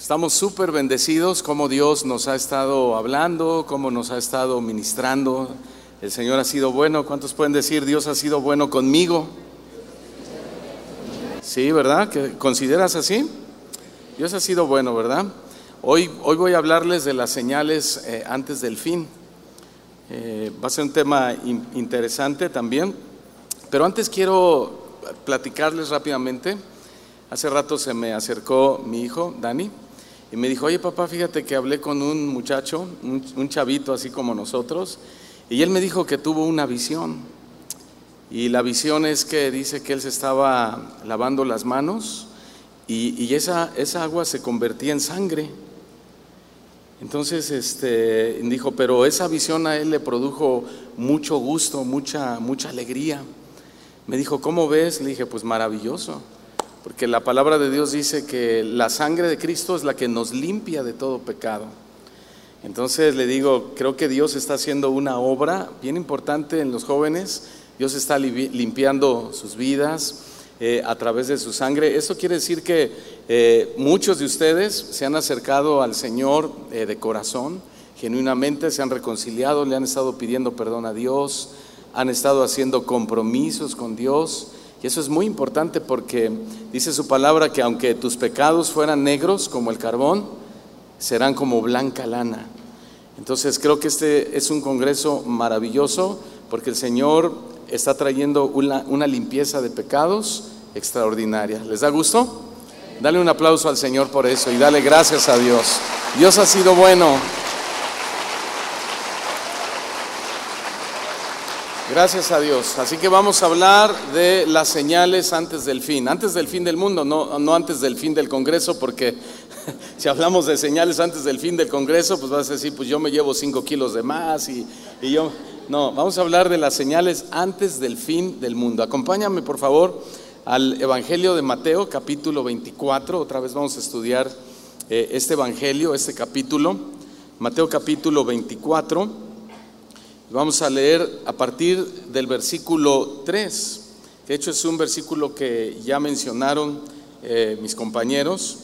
Estamos súper bendecidos como Dios nos ha estado hablando, como nos ha estado ministrando. El Señor ha sido bueno. ¿Cuántos pueden decir Dios ha sido bueno conmigo? Sí, ¿verdad? ¿Que consideras así? Dios ha sido bueno, ¿verdad? Hoy voy a hablarles de las señales antes del fin. Va a ser un tema interesante también, pero antes quiero platicarles rápidamente. Hace rato se me acercó mi hijo, Dani, y me dijo: oye papá, fíjate que hablé con un muchacho, un chavito así como nosotros, y él me dijo que tuvo una visión. Y la visión es que dice que él se estaba lavando las manos y esa agua se convertía en sangre. Entonces dijo, pero esa visión a él le produjo mucho gusto, mucha alegría. Me dijo, ¿cómo ves? Le dije, pues maravilloso, porque la palabra de Dios dice que la sangre de Cristo es la que nos limpia de todo pecado. Entonces le digo, creo que Dios está haciendo una obra bien importante en los jóvenes. Dios está limpiando sus vidas a través de su sangre. Eso quiere decir que muchos de ustedes se han acercado al Señor de corazón, genuinamente se han reconciliado, le han estado pidiendo perdón a Dios, han estado haciendo compromisos con Dios. Y eso es muy importante porque dice su palabra que aunque tus pecados fueran negros como el carbón, serán como blanca lana. Entonces creo que este es un congreso maravilloso porque el Señor está trayendo una limpieza de pecados extraordinaria. ¿Les da gusto? Dale un aplauso al Señor por eso y dale gracias a Dios. Dios ha sido bueno. Gracias a Dios. Así que vamos a hablar de las señales antes del fin del mundo, no antes del fin del congreso, porque si hablamos de señales antes del fin del congreso, pues vas a decir, pues yo me llevo 5 kilos de más y yo... No, vamos a hablar de las señales antes del fin del mundo. Acompáñame por favor al Evangelio de Mateo, capítulo 24. Otra vez vamos a estudiar este Evangelio, este capítulo, Mateo capítulo 24. Vamos a leer a partir del versículo 3. De hecho es un versículo que ya mencionaron mis compañeros.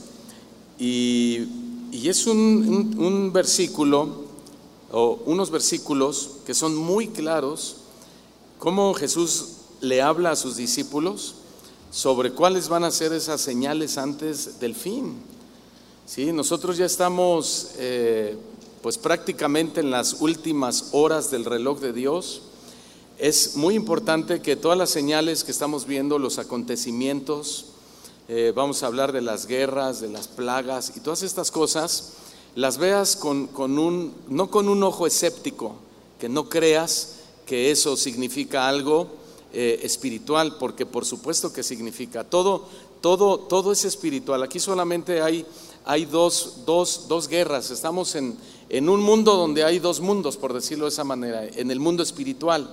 Y es un versículo o unos versículos que son muy claros, cómo Jesús le habla a sus discípulos sobre cuáles van a ser esas señales antes del fin. ¿Sí? Nosotros ya estamos pues prácticamente en las últimas horas del reloj de Dios. Es muy importante que todas las señales que estamos viendo, los acontecimientos, vamos a hablar de las guerras, de las plagas y todas estas cosas, las veas no con un ojo escéptico, que no creas que eso significa algo espiritual, porque por supuesto que significa, todo es espiritual. Aquí solamente hay dos guerras. Estamos en un mundo donde hay dos mundos, por decirlo de esa manera. En el mundo espiritual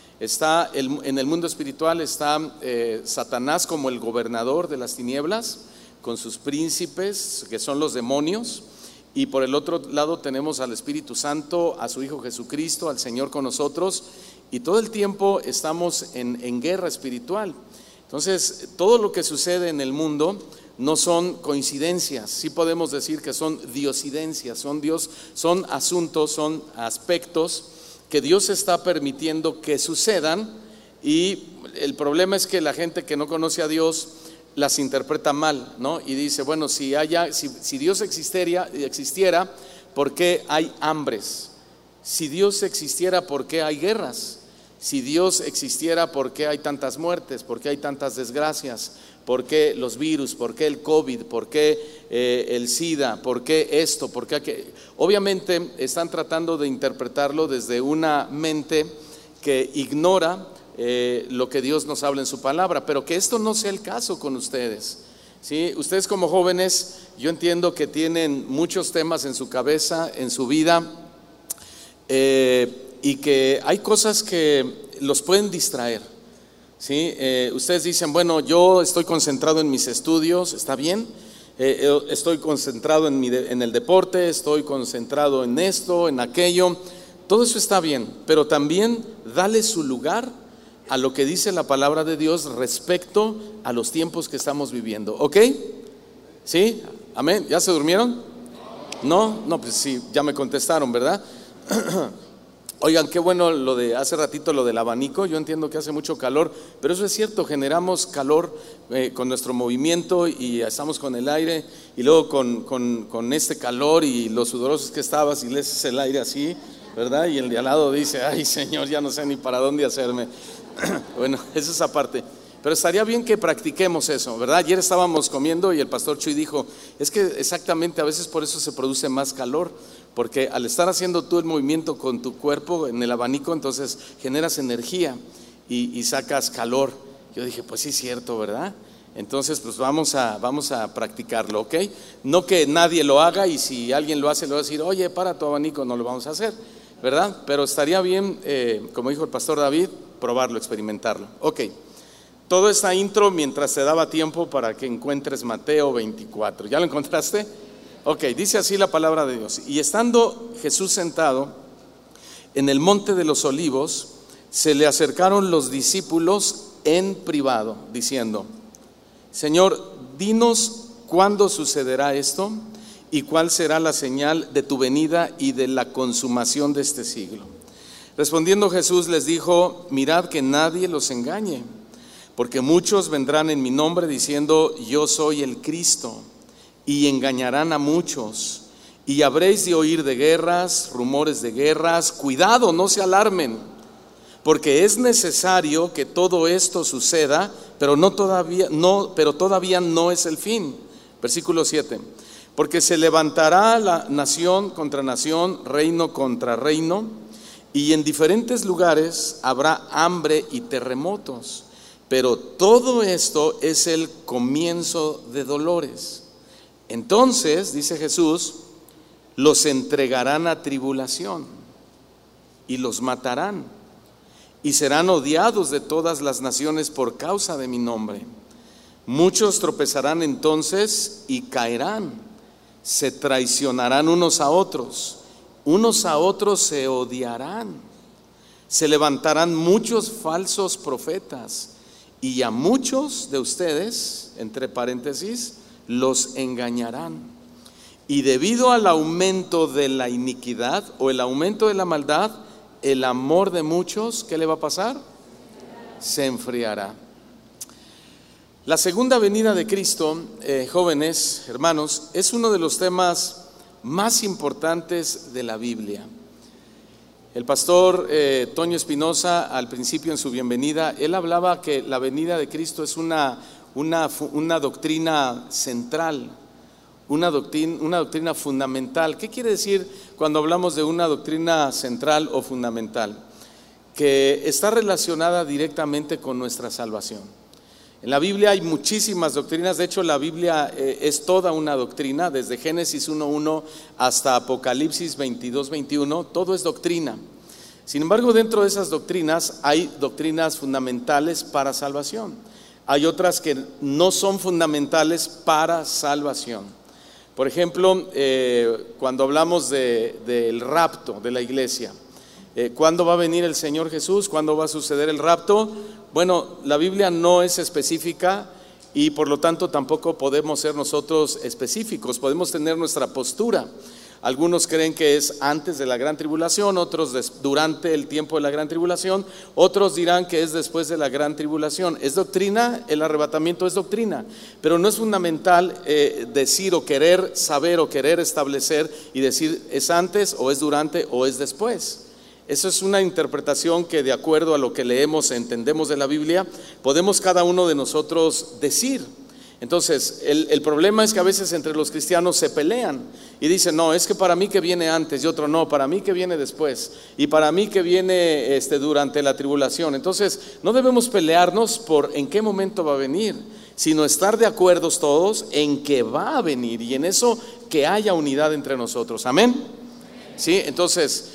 en el mundo espiritual está Satanás como el gobernador de las tinieblas, con sus príncipes, que son los demonios. Y por el otro lado tenemos al Espíritu Santo, a su Hijo Jesucristo, al Señor con nosotros, y todo el tiempo estamos en guerra espiritual. Entonces, todo lo que sucede en el mundo no son coincidencias, sí podemos decir que son diosidencias, son asuntos, son aspectos que Dios está permitiendo que sucedan, y el problema es que la gente que no conoce a Dios las interpreta mal, ¿no? Y dice, bueno, si Dios existiera, ¿por qué hay hambres? Si Dios existiera, ¿por qué hay guerras? Si Dios existiera, ¿por qué hay tantas muertes? ¿Por qué hay tantas desgracias? ¿Por qué los virus? ¿Por qué el COVID? ¿Por qué el SIDA? ¿Por qué esto? ¿Por qué aquello? Obviamente están tratando de interpretarlo desde una mente que ignora lo que Dios nos habla en su palabra, pero que esto no sea el caso con ustedes. ¿Sí? Ustedes como jóvenes, yo entiendo que tienen muchos temas en su cabeza, en su vida, y que hay cosas que los pueden distraer. ¿Sí? Ustedes dicen, bueno, yo estoy concentrado en mis estudios, ¿está bien? Estoy concentrado en el deporte, estoy concentrado en esto, en aquello, todo eso está bien, pero también dale su lugar a lo que dice la palabra de Dios respecto a los tiempos que estamos viviendo, ¿ok? ¿Sí? Amén. ¿Ya se durmieron? No, pues sí, ya me contestaron, ¿verdad? Oigan, qué bueno lo de hace ratito, lo del abanico. Yo entiendo que hace mucho calor, pero eso es cierto, generamos calor con nuestro movimiento y estamos con el aire, y luego con este calor y los sudorosos que estabas y le haces el aire así, ¿verdad? Y el de al lado dice, ay Señor, ya no sé ni para dónde hacerme. Bueno, eso es aparte. Pero estaría bien que practiquemos eso, ¿verdad? Ayer estábamos comiendo y el pastor Chuy dijo, es que exactamente a veces por eso se produce más calor, porque al estar haciendo tú el movimiento con tu cuerpo en el abanico, entonces generas energía y sacas calor. Yo dije, pues sí es cierto, ¿verdad? Entonces pues vamos a practicarlo, ¿ok? No que nadie lo haga, y si alguien lo hace le va a decir, oye, para tu abanico, no lo vamos a hacer, ¿verdad? Pero estaría bien, como dijo el pastor David, probarlo, experimentarlo. Ok. Todo esta intro mientras te daba tiempo para que encuentres Mateo 24. ¿Ya lo encontraste? Ok, dice así la palabra de Dios. Y estando Jesús sentado en el monte de los olivos, se le acercaron los discípulos en privado, diciendo, Señor, dinos cuándo sucederá esto y cuál será la señal de tu venida y de la consumación de este siglo. Respondiendo Jesús les dijo, mirad que nadie los engañe, porque muchos vendrán en mi nombre diciendo, yo soy el Cristo, y engañarán a muchos. Y habréis de oír de guerras, rumores de guerras. Cuidado, no se alarmen, porque es necesario que todo esto suceda, pero todavía no es el fin. Versículo 7. Porque se levantará la nación contra nación, reino contra reino, y en diferentes lugares habrá hambre y terremotos. Pero todo esto es el comienzo de dolores. Entonces, dice Jesús, los entregarán a tribulación y los matarán, y serán odiados de todas las naciones por causa de mi nombre. Muchos tropezarán entonces y caerán, se traicionarán unos a otros se odiarán, se levantarán muchos falsos profetas, y a muchos de ustedes, entre paréntesis, los engañarán. Y debido al aumento de la iniquidad o el aumento de la maldad, el amor de muchos, ¿qué le va a pasar? Se enfriará. La segunda venida de Cristo, jóvenes, hermanos, es uno de los temas más importantes de la Biblia. El pastor Toño Espinosa, al principio en su bienvenida, él hablaba que la venida de Cristo es una doctrina central, una doctrina fundamental. ¿Qué quiere decir cuando hablamos de una doctrina central o fundamental? Que está relacionada directamente con nuestra salvación. En la Biblia hay muchísimas doctrinas. De hecho, la Biblia es toda una doctrina, desde Génesis 1:1 hasta Apocalipsis 22:21, todo es doctrina. Sin embargo, dentro de esas doctrinas hay doctrinas fundamentales para salvación. Hay otras que no son fundamentales para salvación. Por ejemplo, cuando hablamos del rapto de la iglesia, ¿cuándo va a venir el Señor Jesús? ¿Cuándo va a suceder el rapto? Bueno, la Biblia no es específica y por lo tanto tampoco podemos ser nosotros específicos, podemos tener nuestra postura. Algunos creen que es antes de la gran tribulación, otros durante el tiempo de la gran tribulación, otros dirán que es después de la gran tribulación. Es doctrina, el arrebatamiento es doctrina, pero no es fundamental decir o querer saber o querer establecer y decir es antes o es durante o es después. Eso es una interpretación que de acuerdo a lo que leemos, entendemos de la Biblia, podemos cada uno de nosotros decir. Entonces, el problema es que a veces entre los cristianos se pelean y dicen, no, es que para mí que viene antes, y otro no, para mí que viene después, y para mí que viene durante la tribulación. Entonces, no debemos pelearnos por en qué momento va a venir, sino estar de acuerdo todos en que va a venir y en eso que haya unidad entre nosotros. ¿Amén? ¿Sí? Entonces,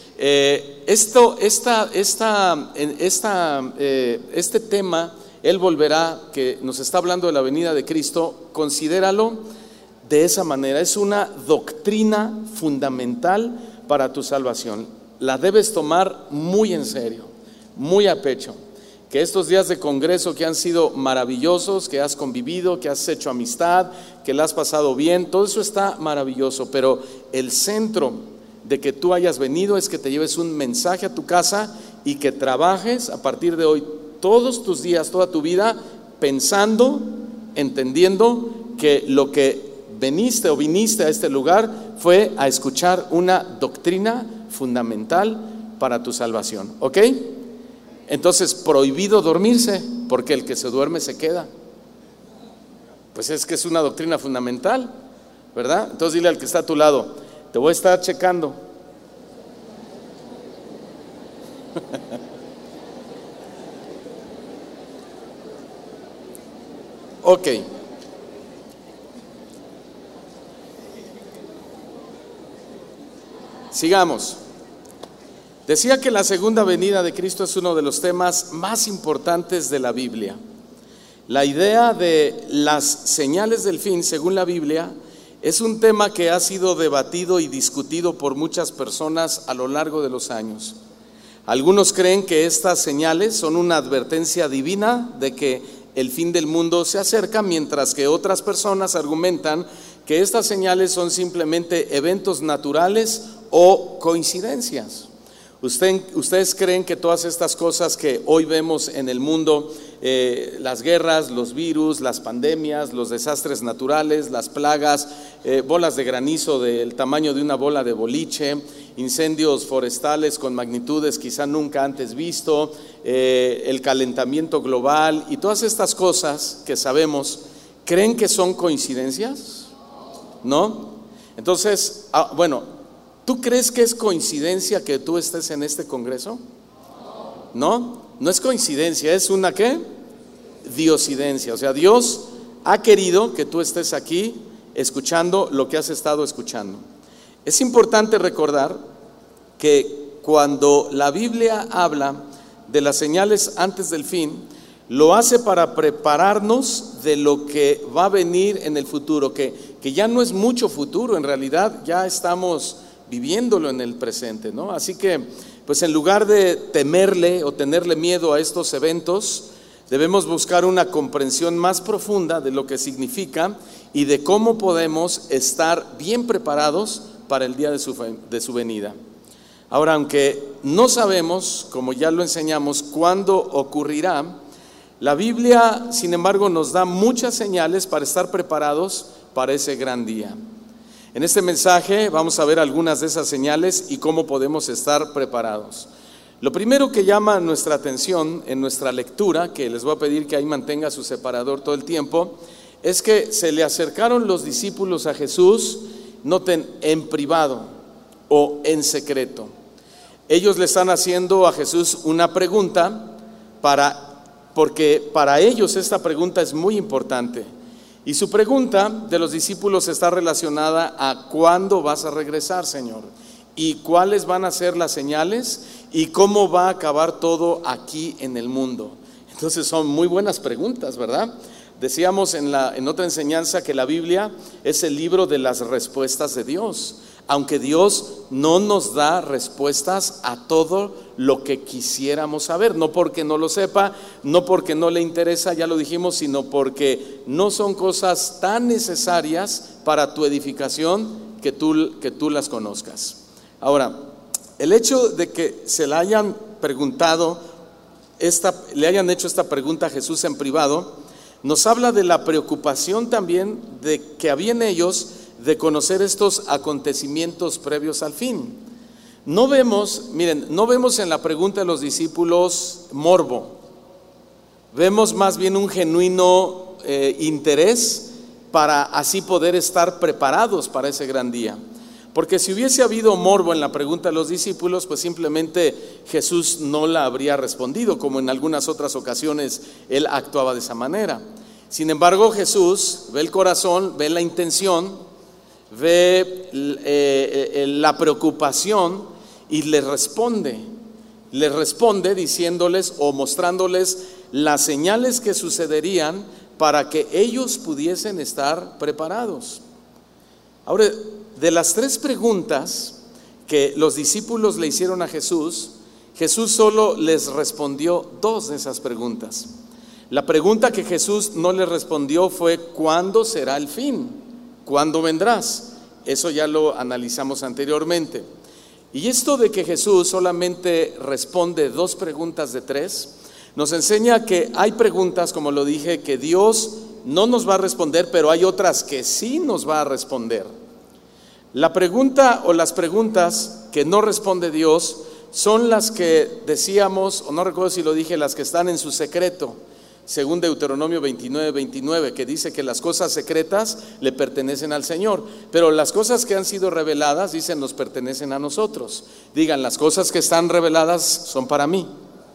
este tema, él volverá, que nos está hablando de la venida de Cristo, considéralo de esa manera. Es una doctrina fundamental para tu salvación. La debes tomar muy en serio, muy a pecho. que estos días de congreso que han sido maravillosos, que has convivido, que has hecho amistad, que la has pasado bien, todo eso está maravilloso, pero el centro de que tú hayas venido es que te lleves un mensaje a tu casa y que trabajes a partir de hoy todos tus días, toda tu vida, pensando, entendiendo que lo que viniste a este lugar fue a escuchar una doctrina fundamental para tu salvación, ¿ok? Entonces, prohibido dormirse, porque el que se duerme se queda. Pues es que es una doctrina fundamental, ¿verdad? Entonces dile al que está a tu lado, te voy a estar checando. Ok. Sigamos. Decía que la segunda venida de Cristo es uno de los temas más importantes de la Biblia. La idea de las señales del fin, según la Biblia, es un tema que ha sido debatido y discutido por muchas personas a lo largo de los años. Algunos creen que estas señales son una advertencia divina de que el fin del mundo se acerca, mientras que otras personas argumentan que estas señales son simplemente eventos naturales o coincidencias. ¿Ustedes creen que todas estas cosas que hoy vemos en el mundo, las guerras, los virus, las pandemias, los desastres naturales, las plagas, bolas de granizo del tamaño de una bola de boliche, incendios forestales con magnitudes quizá nunca antes visto, el calentamiento global y todas estas cosas que sabemos, creen que son coincidencias? ¿No? Entonces, bueno, ¿tú crees que es coincidencia que tú estés en este congreso? No, no es coincidencia, es una ¿qué? Diosidencia. O sea, Dios ha querido que tú estés aquí escuchando lo que has estado escuchando. Es importante recordar que cuando la Biblia habla de las señales antes del fin, lo hace para prepararnos de lo que va a venir en el futuro, que ya no es mucho futuro, en realidad ya estamos viviéndolo en el presente, ¿no? Así que, pues en lugar de temerle o tenerle miedo a estos eventos, debemos buscar una comprensión más profunda de lo que significa y de cómo podemos estar bien preparados para el día de su venida. Ahora, aunque no sabemos, como ya lo enseñamos, cuándo ocurrirá, la Biblia, sin embargo, nos da muchas señales para estar preparados para ese gran día. En este mensaje vamos a ver algunas de esas señales y cómo podemos estar preparados. Lo primero que llama nuestra atención en nuestra lectura, que les voy a pedir que ahí mantenga su separador todo el tiempo, es que se le acercaron los discípulos a Jesús, noten, en privado o en secreto. Ellos le están haciendo a Jesús una pregunta porque para ellos esta pregunta es muy importante. Y su pregunta de los discípulos está relacionada a ¿cuándo vas a regresar, Señor? ¿Y cuáles van a ser las señales? ¿Y cómo va a acabar todo aquí en el mundo? Entonces son muy buenas preguntas, ¿verdad? Decíamos en otra enseñanza que la Biblia es el libro de las respuestas de Dios. Aunque Dios no nos da respuestas a todo lo que quisiéramos saber, no porque no lo sepa, no porque no le interesa, ya lo dijimos, sino porque no son cosas tan necesarias para tu edificación que tú las conozcas. Ahora, el hecho de que se le hayan preguntado, le hayan hecho esta pregunta a Jesús en privado, nos habla de la preocupación también de que había en ellos de conocer estos acontecimientos previos al fin. No vemos en la pregunta de los discípulos morbo, vemos más bien un genuino interés para así poder estar preparados para ese gran día. Porque si hubiese habido morbo en la pregunta de los discípulos, pues simplemente Jesús no la habría respondido, como en algunas otras ocasiones él actuaba de esa manera. Sin embargo, Jesús ve el corazón, ve la intención, ve la preocupación y le responde diciéndoles o mostrándoles las señales que sucederían para que ellos pudiesen estar preparados. Ahora, de las tres preguntas que los discípulos le hicieron a Jesús, Jesús solo les respondió dos de esas preguntas. La pregunta que Jesús no les respondió fue: ¿cuándo será el fin? ¿Cuándo vendrás? Eso ya lo analizamos anteriormente. Y esto de que Jesús solamente responde dos preguntas de tres, nos enseña que hay preguntas, como lo dije, que Dios no nos va a responder, pero hay otras que sí nos va a responder. La pregunta o las preguntas que no responde Dios son las que decíamos, o no recuerdo si lo dije, las que están en su secreto, según Deuteronomio 29:29, que dice que las cosas secretas le pertenecen al Señor, pero las cosas que han sido reveladas, dicen, nos pertenecen a nosotros. Digan, las cosas que están reveladas son para mí.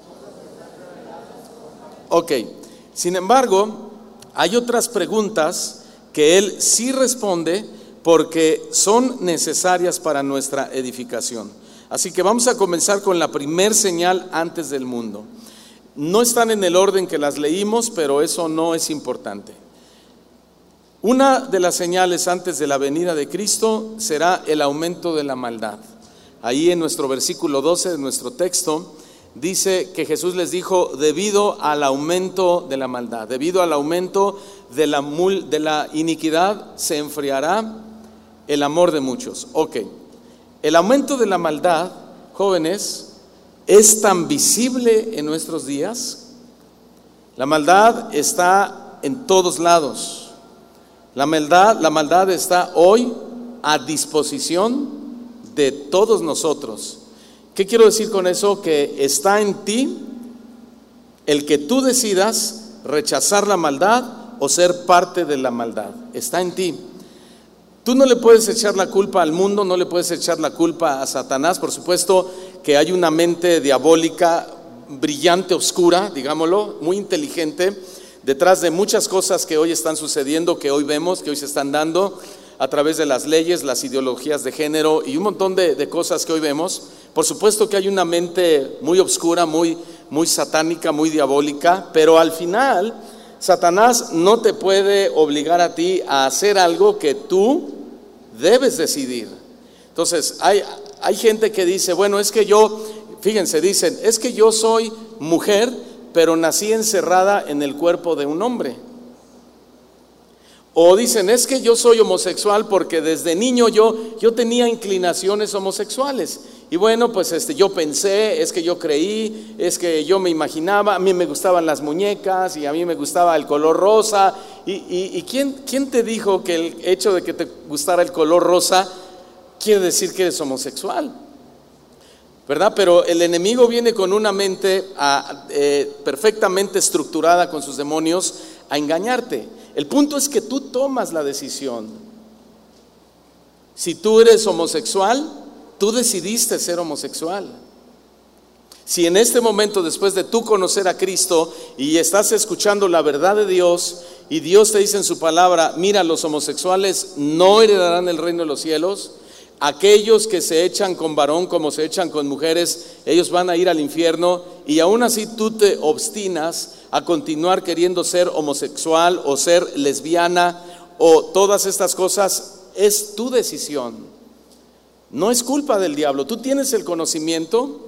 Ok, sin embargo, hay otras preguntas que Él sí responde porque son necesarias para nuestra edificación. Así que vamos a comenzar con la primer señal antes del mundo. No están en el orden que las leímos, pero eso no es importante. Una de las señales antes de la venida de Cristo será el aumento de la maldad. Ahí en nuestro versículo 12 de nuestro texto dice que Jesús les dijo: debido al aumento de la maldad, debido al aumento de la iniquidad, se enfriará el amor de muchos. Ok, el aumento de la maldad, jóvenes, es tan visible en nuestros días. La maldad está en todos lados. La maldad está hoy a disposición de todos nosotros. ¿Qué quiero decir con eso? Que está en ti el que tú decidas rechazar la maldad o ser parte de la maldad. Está en ti. Tú no le puedes echar la culpa al mundo, no le puedes echar la culpa a Satanás. Por supuesto que hay una mente diabólica brillante, oscura, digámoslo, muy inteligente, detrás de muchas cosas que hoy están sucediendo, que hoy vemos, que hoy se están dando a través de las leyes, las ideologías de género y un montón de cosas que hoy vemos. Por supuesto que hay una mente muy oscura, muy satánica, muy diabólica, pero al final Satanás no te puede obligar a ti a hacer algo que tú debes decidir. Entonces hay gente que dice, bueno, es que dicen, es que yo soy mujer, pero nací encerrada en el cuerpo de un hombre. O dicen, es que yo soy homosexual porque desde niño yo tenía inclinaciones homosexuales. Y bueno, pues yo pensé, es que yo creí, es que yo me imaginaba, a mí me gustaban las muñecas y a mí me gustaba el color rosa. ¿Y quién te dijo que el hecho de que te gustara el color rosa quiere decir que eres homosexual? ¿Verdad? Pero el enemigo viene con una mente perfectamente estructurada con sus demonios a engañarte. El punto es que tú tomas la decisión. Si tú eres homosexual, tú decidiste ser homosexual. Si en este momento, después de tú conocer a Cristo y estás escuchando la verdad de Dios y Dios te dice en su palabra, mira, los homosexuales no heredarán el reino de los cielos, aquellos que se echan con varón como se echan con mujeres, ellos van a ir al infierno, y aún así tú te obstinas a continuar queriendo ser homosexual o ser lesbiana o todas estas cosas, es tu decisión. No es culpa del diablo. Tú tienes el conocimiento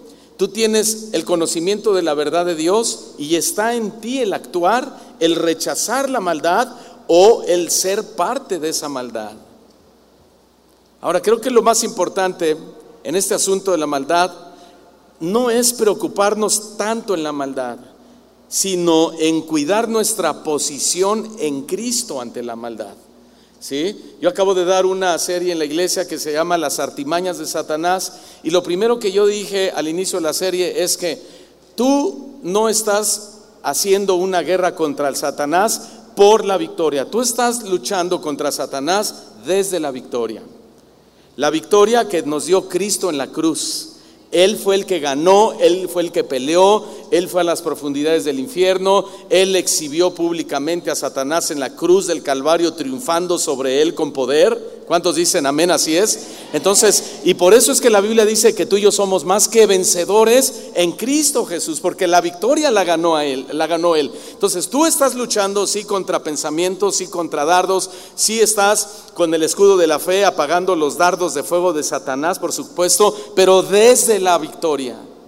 de la verdad de Dios, y está en ti el actuar, el rechazar la maldad o el ser parte de esa maldad. Ahora, creo que lo más importante en este asunto de la maldad no es preocuparnos tanto en la maldad, sino en cuidar nuestra posición en Cristo ante la maldad. ¿Sí? Yo acabo de dar una serie en la iglesia que se llama Las artimañas de Satanás, y lo primero que yo dije al inicio de la serie es que tú no estás haciendo una guerra contra el Satanás por la victoria, tú estás luchando contra Satanás desde la victoria que nos dio Cristo en la cruz. Él fue el que ganó, Él fue el que peleó, Él fue a las profundidades del infierno, Él exhibió públicamente a Satanás en la cruz del Calvario, triunfando sobre él con poder. ¿Cuántos dicen amén? Así es. Entonces, y por eso es que la Biblia dice que tú y yo somos más que vencedores en Cristo Jesús, porque la victoria la ganó Él. Entonces tú estás luchando, sí, contra pensamientos, sí, contra dardos, sí estás con el escudo de la fe apagando los dardos de fuego de Satanás, por supuesto, pero desde la victoria.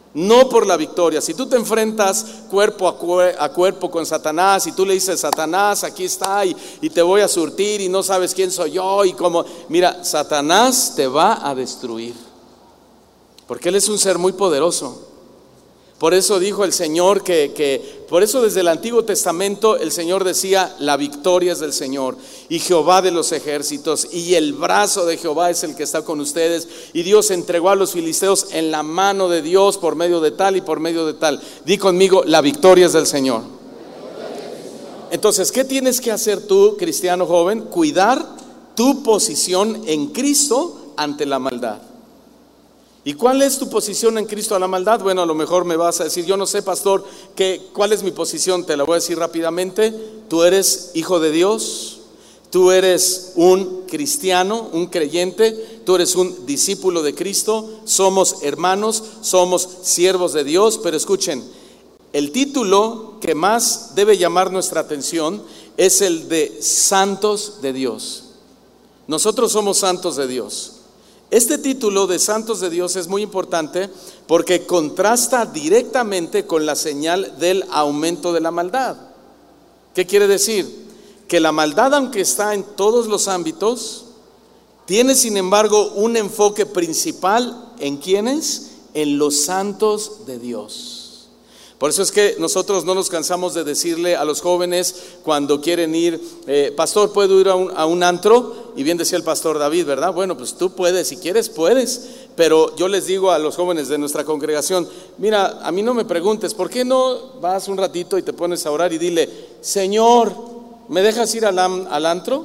no por la victoria. Si tú te enfrentas cuerpo a cuerpo con Satanás y tú le dices, Satanás, aquí está y te voy a surtir y no sabes quién soy yo y cómo, mira, Satanás te va a destruir, porque él es un ser muy poderoso. Por eso dijo el Señor por eso desde el Antiguo Testamento el Señor decía, la victoria es del Señor y Jehová de los ejércitos, y el brazo de Jehová es el que está con ustedes, y Dios entregó a los filisteos en la mano de Dios por medio de tal y por medio de tal. Di conmigo, la victoria es del Señor. Entonces, ¿qué tienes que hacer tú, cristiano joven? Cuidar tu posición en Cristo ante la maldad. ¿Y cuál es tu posición en Cristo a la maldad? Bueno, a lo mejor me vas a decir, yo no sé, pastor, ¿cuál es mi posición? Te la voy a decir rápidamente. Tú eres hijo de Dios, tú eres un cristiano, un creyente, tú eres un discípulo de Cristo, somos hermanos, somos siervos de Dios. Pero escuchen, el título que más debe llamar nuestra atención es el de santos de Dios. Nosotros somos santos de Dios. Este título de santos de Dios es muy importante porque contrasta directamente con la señal del aumento de la maldad. ¿Qué quiere decir? Que la maldad, aunque está en todos los ámbitos, tiene sin embargo un enfoque principal ¿en quiénes? En los santos de Dios. Por eso es que nosotros no nos cansamos de decirle a los jóvenes cuando quieren ir, pastor, ¿puedo ir a un antro? Y bien decía el pastor David, ¿verdad? Bueno, pues tú puedes, si quieres puedes, pero yo les digo a los jóvenes de nuestra congregación, mira, a mí no me preguntes, ¿por qué no vas un ratito y te pones a orar y dile, Señor, ¿me dejas ir al antro?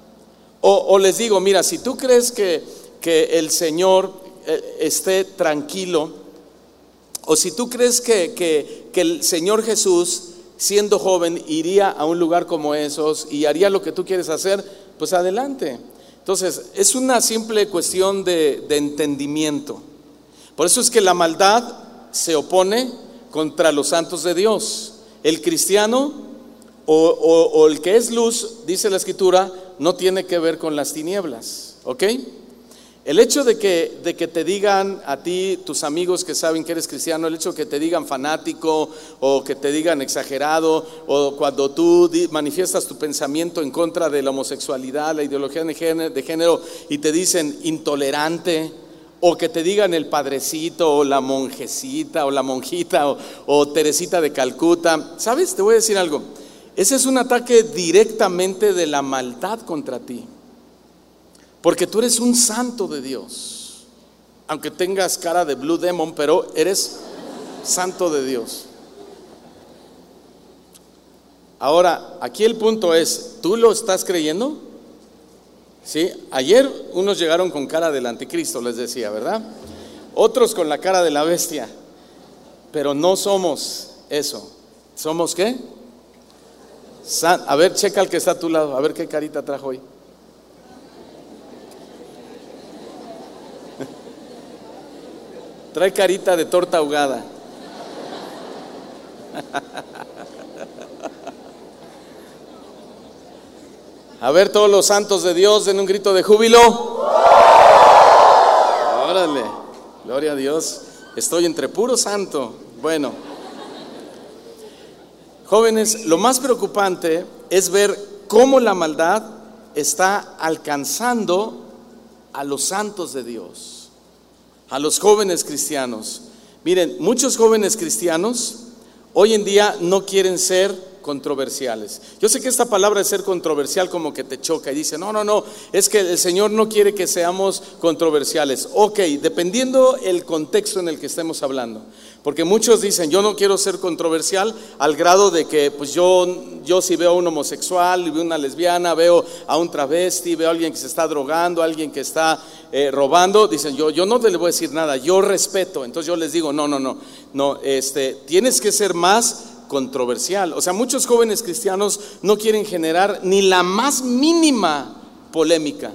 O les digo, mira, si tú crees que el Señor esté tranquilo, o si tú crees que el Señor Jesús, siendo joven, iría a un lugar como esos y haría lo que tú quieres hacer, pues adelante. Entonces, es una simple cuestión de entendimiento. Por eso es que la maldad se opone contra los santos de Dios. El cristiano o el que es luz, dice la Escritura, no tiene que ver con las tinieblas, ¿ok? El hecho de que te digan a ti, tus amigos que saben que eres cristiano, el hecho de que te digan fanático o que te digan exagerado, o cuando tú manifiestas tu pensamiento en contra de la homosexualidad, la ideología de género, y te dicen intolerante, o que te digan el padrecito o la monjecita o la monjita o Teresita de Calcuta, ¿sabes? Te voy a decir algo, ese es un ataque directamente de la maldad contra ti. Porque tú eres un santo de Dios, aunque tengas cara de Blue Demon, pero eres santo de Dios. Ahora, aquí el punto es, ¿tú lo estás creyendo? ¿Sí? Ayer unos llegaron con cara del anticristo, les decía, ¿verdad? Otros con la cara de la bestia, pero no somos eso. ¿Somos qué? A ver, checa al que está a tu lado, a ver qué carita trajo hoy. Trae carita de torta ahogada. A ver, todos los santos de Dios, den un grito de júbilo. Órale, gloria a Dios. Estoy entre puro santo. Bueno, jóvenes, lo más preocupante es ver cómo la maldad está alcanzando a los santos de Dios, a los jóvenes cristianos. Miren, muchos jóvenes cristianos hoy en día no quieren ser controversiales. Yo sé que esta palabra de ser controversial como que te choca y dice, no, es que el Señor no quiere que seamos controversiales. Ok, dependiendo el contexto en el que estemos hablando. Porque muchos dicen, yo no quiero ser controversial al grado de que pues yo si veo a un homosexual, veo a una lesbiana, veo a un travesti, veo a alguien que se está drogando, a alguien que está robando, dicen, yo no le voy a decir nada, yo respeto. Entonces yo les digo, no, tienes que ser más controversial. O sea, muchos jóvenes cristianos no quieren generar ni la más mínima polémica.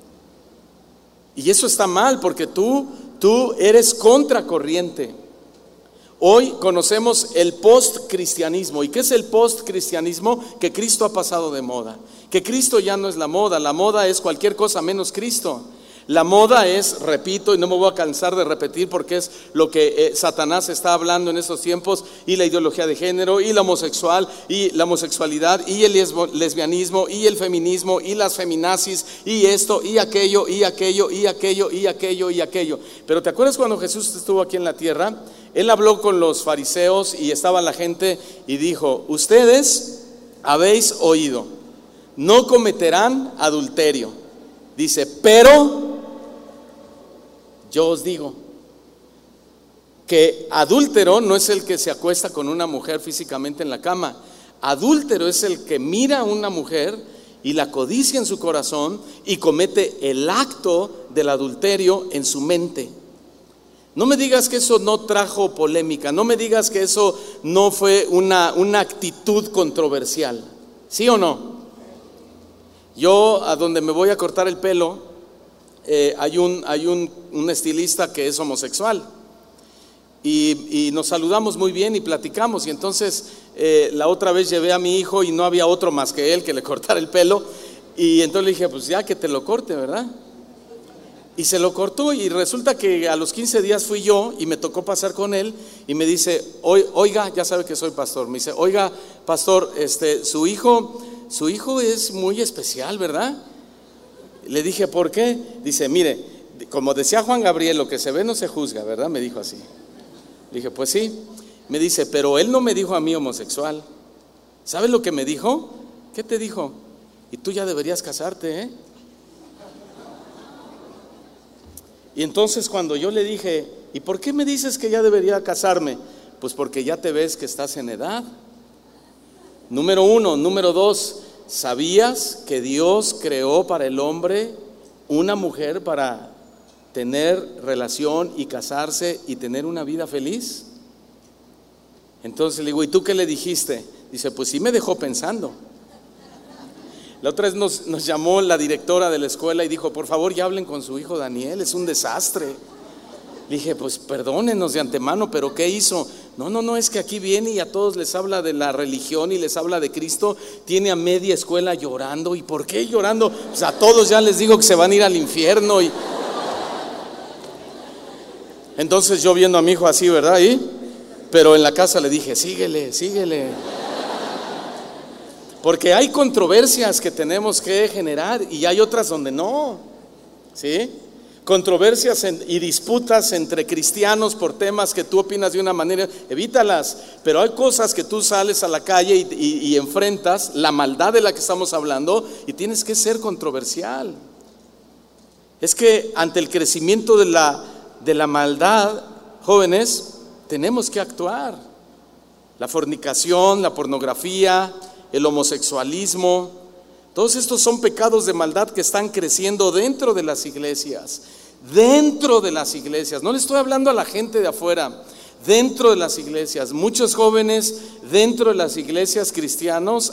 Y eso está mal porque tú eres contracorriente. Hoy conocemos el post-cristianismo. ¿Y qué es el post-cristianismo? Que Cristo ha pasado de moda. Que Cristo ya no es la moda es cualquier cosa menos Cristo. La moda es, repito, y no me voy a cansar de repetir porque es lo que Satanás está hablando en estos tiempos, y la ideología de género, y la homosexualidad, y el lesbianismo, y el feminismo, y las feminazis, y esto, y aquello, y aquello, y aquello, y aquello, y aquello. Pero ¿te acuerdas cuando Jesús estuvo aquí en la tierra? Él habló con los fariseos y estaba la gente y dijo: ustedes habéis oído, no cometerán adulterio. Dice, pero yo os digo que adúltero no es el que se acuesta con una mujer físicamente en la cama. Adúltero es el que mira a una mujer y la codicia en su corazón y comete el acto del adulterio en su mente. No me digas que eso no trajo polémica, no me digas que eso no fue una actitud controversial. ¿Sí o no? Yo, a donde me voy a cortar el pelo, hay un estilista que es homosexual y nos saludamos muy bien y platicamos, y entonces la otra vez llevé a mi hijo y no había otro más que él que le cortara el pelo, y entonces le dije, pues ya que te lo corte, ¿verdad? Y se lo cortó, y resulta que a los 15 días fui yo y me tocó pasar con él y me dice, oiga, ya sabe que soy pastor, me dice, oiga, pastor, su hijo es muy especial, ¿verdad? Le dije, ¿por qué? Dice, mire, como decía Juan Gabriel, lo que se ve no se juzga, ¿verdad? Me dijo así. Le dije, pues sí. Me dice, pero él no me dijo a mí homosexual. ¿Sabes lo que me dijo? ¿Qué te dijo? Y tú ya deberías casarte, ¿eh? Y entonces cuando yo le dije, ¿y por qué me dices que ya debería casarme? Pues porque ya te ves que estás en edad. Número uno. Número dos, ¿sabías que Dios creó para el hombre una mujer para tener relación y casarse y tener una vida feliz? Entonces le digo, ¿y tú qué le dijiste? Dice, pues sí me dejó pensando. La otra vez nos llamó la directora de la escuela y dijo, por favor ya hablen con su hijo Daniel, es un desastre. Le dije, pues perdónenos de antemano, pero ¿qué hizo? No, es que aquí viene y a todos les habla de la religión y les habla de Cristo. Tiene a media escuela llorando. ¿Y por qué llorando? Pues a todos ya les digo que se van a ir al infierno. Entonces yo viendo a mi hijo así, ¿verdad? Pero en la casa le dije, síguele. Porque hay controversias que tenemos que generar y hay otras donde no, ¿sí? Controversias y disputas entre cristianos por temas que tú opinas de una manera, evítalas. Pero hay cosas que tú sales a la calle y enfrentas la maldad de la que estamos hablando y tienes que ser controversial. Es que ante el crecimiento de la maldad, jóvenes, tenemos que actuar. La fornicación, la pornografía, el homosexualismo, todos estos son pecados de maldad que están creciendo dentro de las iglesias. Dentro de las iglesias, no le estoy hablando a la gente de afuera, dentro de las iglesias, muchos jóvenes dentro de las iglesias cristianas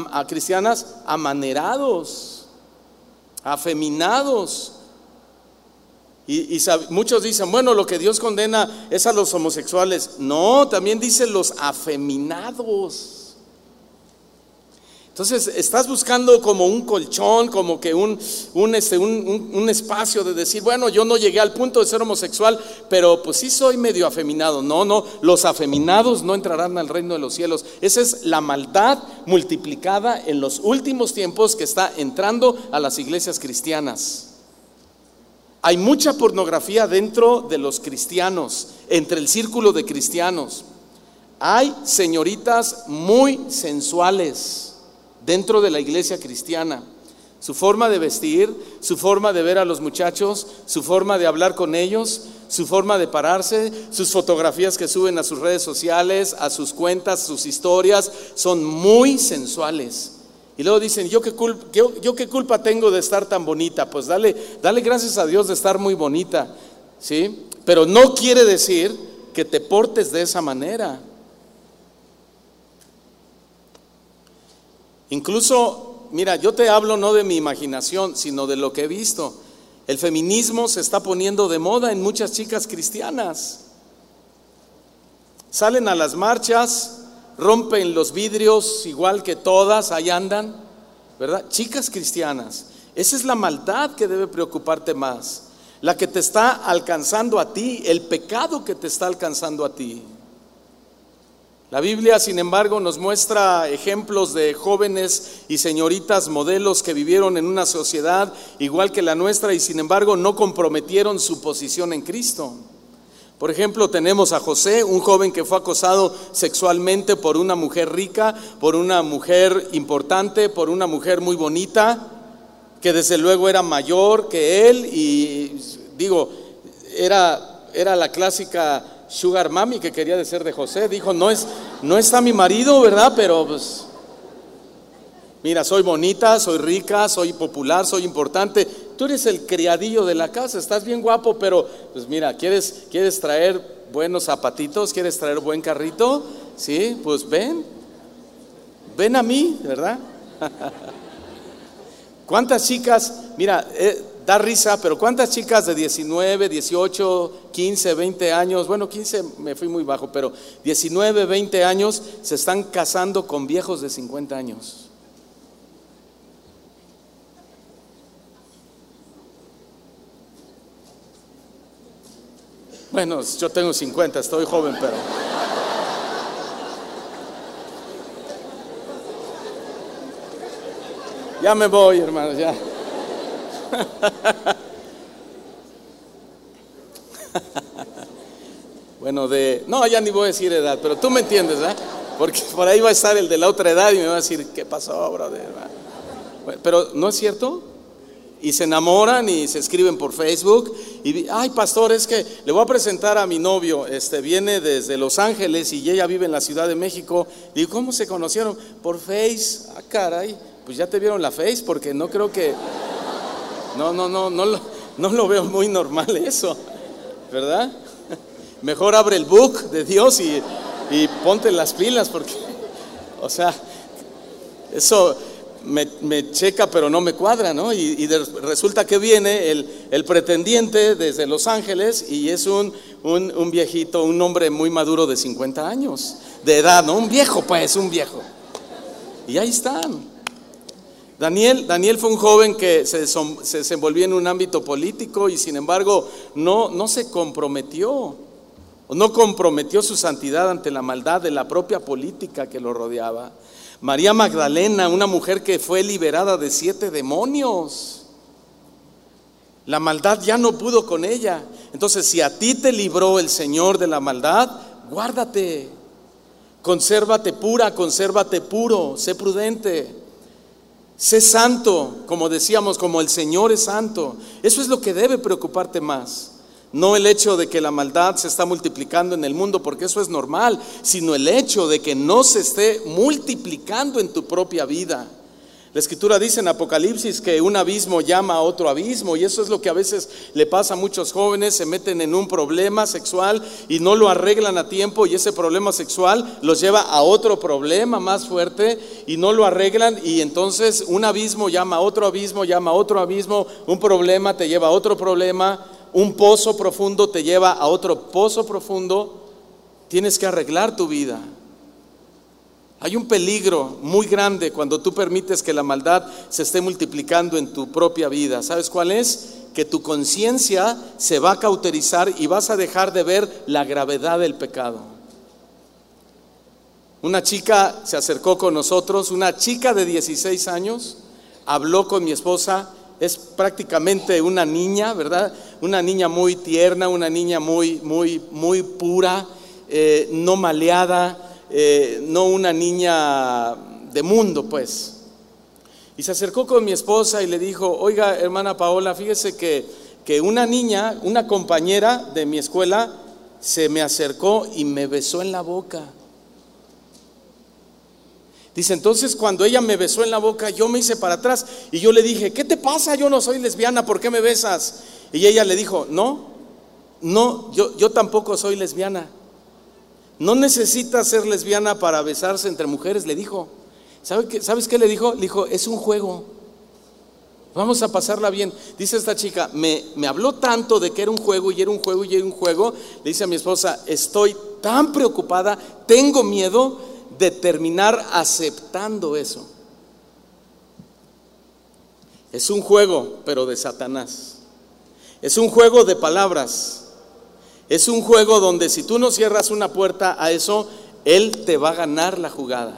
amanerados, afeminados. Y muchos dicen, bueno, lo que Dios condena es a los homosexuales. No, también dice los afeminados. Entonces estás buscando como un colchón, como que un espacio de decir, bueno, yo no llegué al punto de ser homosexual, pero pues sí soy medio afeminado. No, los afeminados no entrarán al reino de los cielos. Esa es la maldad multiplicada en los últimos tiempos que está entrando a las iglesias cristianas. Hay mucha pornografía dentro de los cristianos, entre el círculo de cristianos. Hay señoritas muy sensuales dentro de la iglesia cristiana. Su forma de vestir, su forma de ver a los muchachos, su forma de hablar con ellos, su forma de pararse, sus fotografías que suben a sus redes sociales, a sus cuentas, sus historias, son muy sensuales. Y luego dicen, ¿yo qué culpa tengo de estar tan bonita? Pues dale gracias a Dios de estar muy bonita, ¿sí? Pero no quiere decir que te portes de esa manera. Incluso, mira, yo te hablo no de mi imaginación, sino de lo que he visto. El feminismo se está poniendo de moda en muchas chicas cristianas. Salen a las marchas, rompen los vidrios igual que todas, ahí andan, ¿verdad? Chicas cristianas. Esa es la maldad que debe preocuparte más, la que te está alcanzando a ti, el pecado que te está alcanzando a ti. La Biblia, sin embargo, nos muestra ejemplos de jóvenes y señoritas modelos que vivieron en una sociedad igual que la nuestra y sin embargo no comprometieron su posición en Cristo. Por ejemplo, tenemos a José, un joven que fue acosado sexualmente por una mujer rica, por una mujer importante, por una mujer muy bonita, que desde luego era mayor que él y era la clásica Sugar Mami que quería ser de José. Dijo, no está mi marido, ¿verdad? Pero pues, mira, soy bonita, soy rica, soy popular, soy importante. Tú eres el criadillo de la casa, estás bien guapo, pero pues mira, ¿quieres traer buenos zapatitos? ¿Quieres traer buen carrito? Sí, pues ven a mí, ¿verdad? ¿Cuántas chicas, mira, da risa, pero cuántas chicas de 19, 18, 15, 20 años, bueno, 15 me fui muy bajo, pero 19, 20 años se están casando con viejos de 50 años? Bueno, yo tengo 50, estoy joven, pero... Ya me voy, hermanos, ya. Bueno, no, ya ni voy a decir edad, pero tú me entiendes, ¿eh? Porque por ahí va a estar el de la otra edad y me va a decir, ¿qué pasó, brother? Bueno, pero ¿no es cierto? Y se enamoran y se escriben por Facebook y, ay, pastor, es que le voy a presentar a mi novio, viene desde Los Ángeles y ella vive en la Ciudad de México. Digo, ¿cómo se conocieron? Por Face. Ah, caray, pues ya te vieron la Face, porque no creo que... No lo veo muy normal eso, ¿verdad? Mejor abre el book de Dios y ponte las pilas, porque, o sea, eso me checa pero no me cuadra, ¿no? Resulta que viene el pretendiente desde Los Ángeles y es un viejito, un hombre muy maduro de 50 años de edad, ¿no? Un viejo, un viejo. Y ahí están. Daniel fue un joven que se desenvolvió en un ámbito político y sin embargo no se comprometió, no comprometió su santidad ante la maldad de la propia política que lo rodeaba. María Magdalena, una mujer que fue liberada de 7 demonios. La maldad ya no pudo con ella. Entonces, si a ti te libró el Señor de la maldad, guárdate, consérvate pura, consérvate puro, sé prudente. Sé santo, como decíamos, como el Señor es santo. Eso es lo que debe preocuparte más. No el hecho de que la maldad se está multiplicando en el mundo, porque eso es normal, sino el hecho de que no se esté multiplicando en tu propia vida. La Escritura dice en Apocalipsis que un abismo llama a otro abismo, y eso es lo que a veces le pasa a muchos jóvenes. Se meten en un problema sexual y no lo arreglan a tiempo, y ese problema sexual los lleva a otro problema más fuerte y no lo arreglan, y entonces un abismo llama a otro abismo, llama a otro abismo, un problema te lleva a otro problema, un pozo profundo te lleva a otro pozo profundo. Tienes que arreglar tu vida. Hay un peligro muy grande cuando tú permites que la maldad se esté multiplicando en tu propia vida. ¿Sabes cuál es? Que tu conciencia se va a cauterizar y vas a dejar de ver la gravedad del pecado. Una chica se acercó con nosotros, una chica de 16 años, habló con mi esposa. Es prácticamente una niña, ¿verdad? Una niña muy tierna, una niña muy pura, no maleada. No una niña de mundo, pues. Y se acercó con mi esposa y le dijo, oiga, hermana Paola, fíjese que una niña, una compañera de mi escuela, se me acercó y me besó en la boca. Dice, entonces cuando ella me besó en la boca, yo me hice para atrás y yo le dije, ¿qué te pasa? Yo no soy lesbiana, ¿por qué me besas? Y ella le dijo, no, yo tampoco soy lesbiana. No necesita ser lesbiana para besarse entre mujeres, le dijo. ¿Sabes qué le dijo? Le dijo, es un juego. Vamos a pasarla bien. Dice esta chica, me habló tanto de que era un juego y era un juego y era un juego. Le dice a mi esposa, estoy tan preocupada, tengo miedo de terminar aceptando eso. Es un juego, pero de Satanás. Es un juego de palabras. Es un juego donde si tú no cierras una puerta a eso, él te va a ganar la jugada.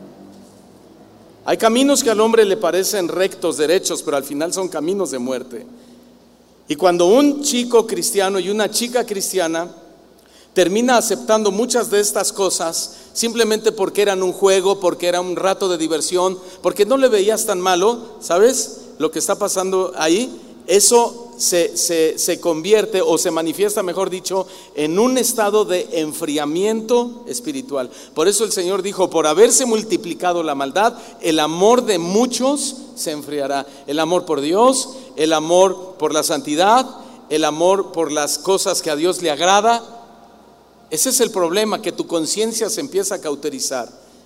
Hay caminos que al hombre le parecen rectos, derechos, pero al final son caminos de muerte. Y cuando un chico cristiano y una chica cristiana termina aceptando muchas de estas cosas simplemente porque eran un juego, porque era un rato de diversión, porque no le veías tan malo, ¿sabes? Lo que está pasando ahí, eso se convierte o se manifiesta, mejor dicho, en un estado de enfriamiento espiritual. Por eso el Señor dijo: por haberse multiplicado la maldad, el amor de muchos se enfriará. El amor por Dios, el amor por la santidad, el amor por las cosas que a Dios le agrada. Ese es el problema, que tu conciencia se empieza a cauterizar.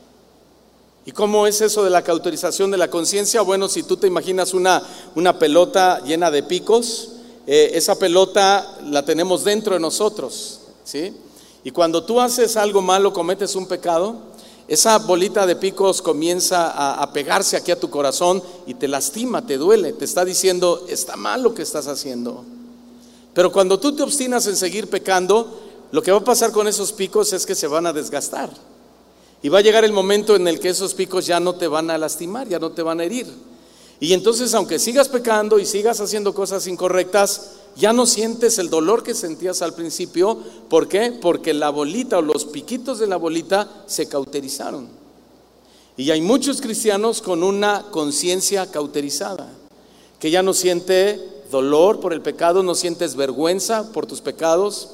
¿Y cómo es eso de la cauterización de la conciencia? Bueno, si tú te imaginas una pelota llena de picos, esa pelota la tenemos dentro de nosotros, ¿sí? Y cuando tú haces algo malo, cometes un pecado, esa bolita de picos comienza a pegarse aquí a tu corazón y te lastima, te duele, te está diciendo: está mal lo que estás haciendo. Pero cuando tú te obstinas en seguir pecando, lo que va a pasar con esos picos es que se van a desgastar. Y va a llegar el momento en el que esos picos ya no te van a lastimar, ya no te van a herir. Y entonces, aunque sigas pecando y sigas haciendo cosas incorrectas, ya no sientes el dolor que sentías al principio. ¿Por qué? Porque la bolita o los piquitos de la bolita se cauterizaron. Y hay muchos cristianos con una conciencia cauterizada, que ya no siente dolor por el pecado, no sientes vergüenza por tus pecados,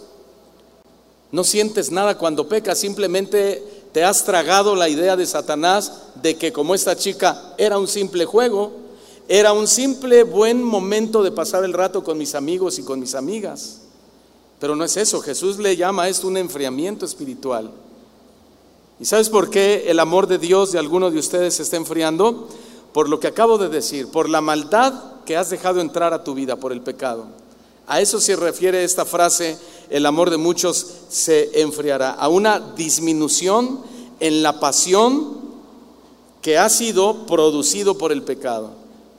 no sientes nada cuando pecas, simplemente te has tragado la idea de Satanás de que, como esta chica, era un simple juego, era un simple buen momento de pasar el rato con mis amigos y con mis amigas. Pero no es eso. Jesús le llama a esto un enfriamiento espiritual. ¿Y sabes por qué el amor de Dios de alguno de ustedes se está enfriando? Por lo que acabo de decir, por la maldad que has dejado entrar a tu vida, por el pecado. A eso se refiere esta frase: el amor de muchos se enfriará, a una disminución en la pasión que ha sido producido por el pecado.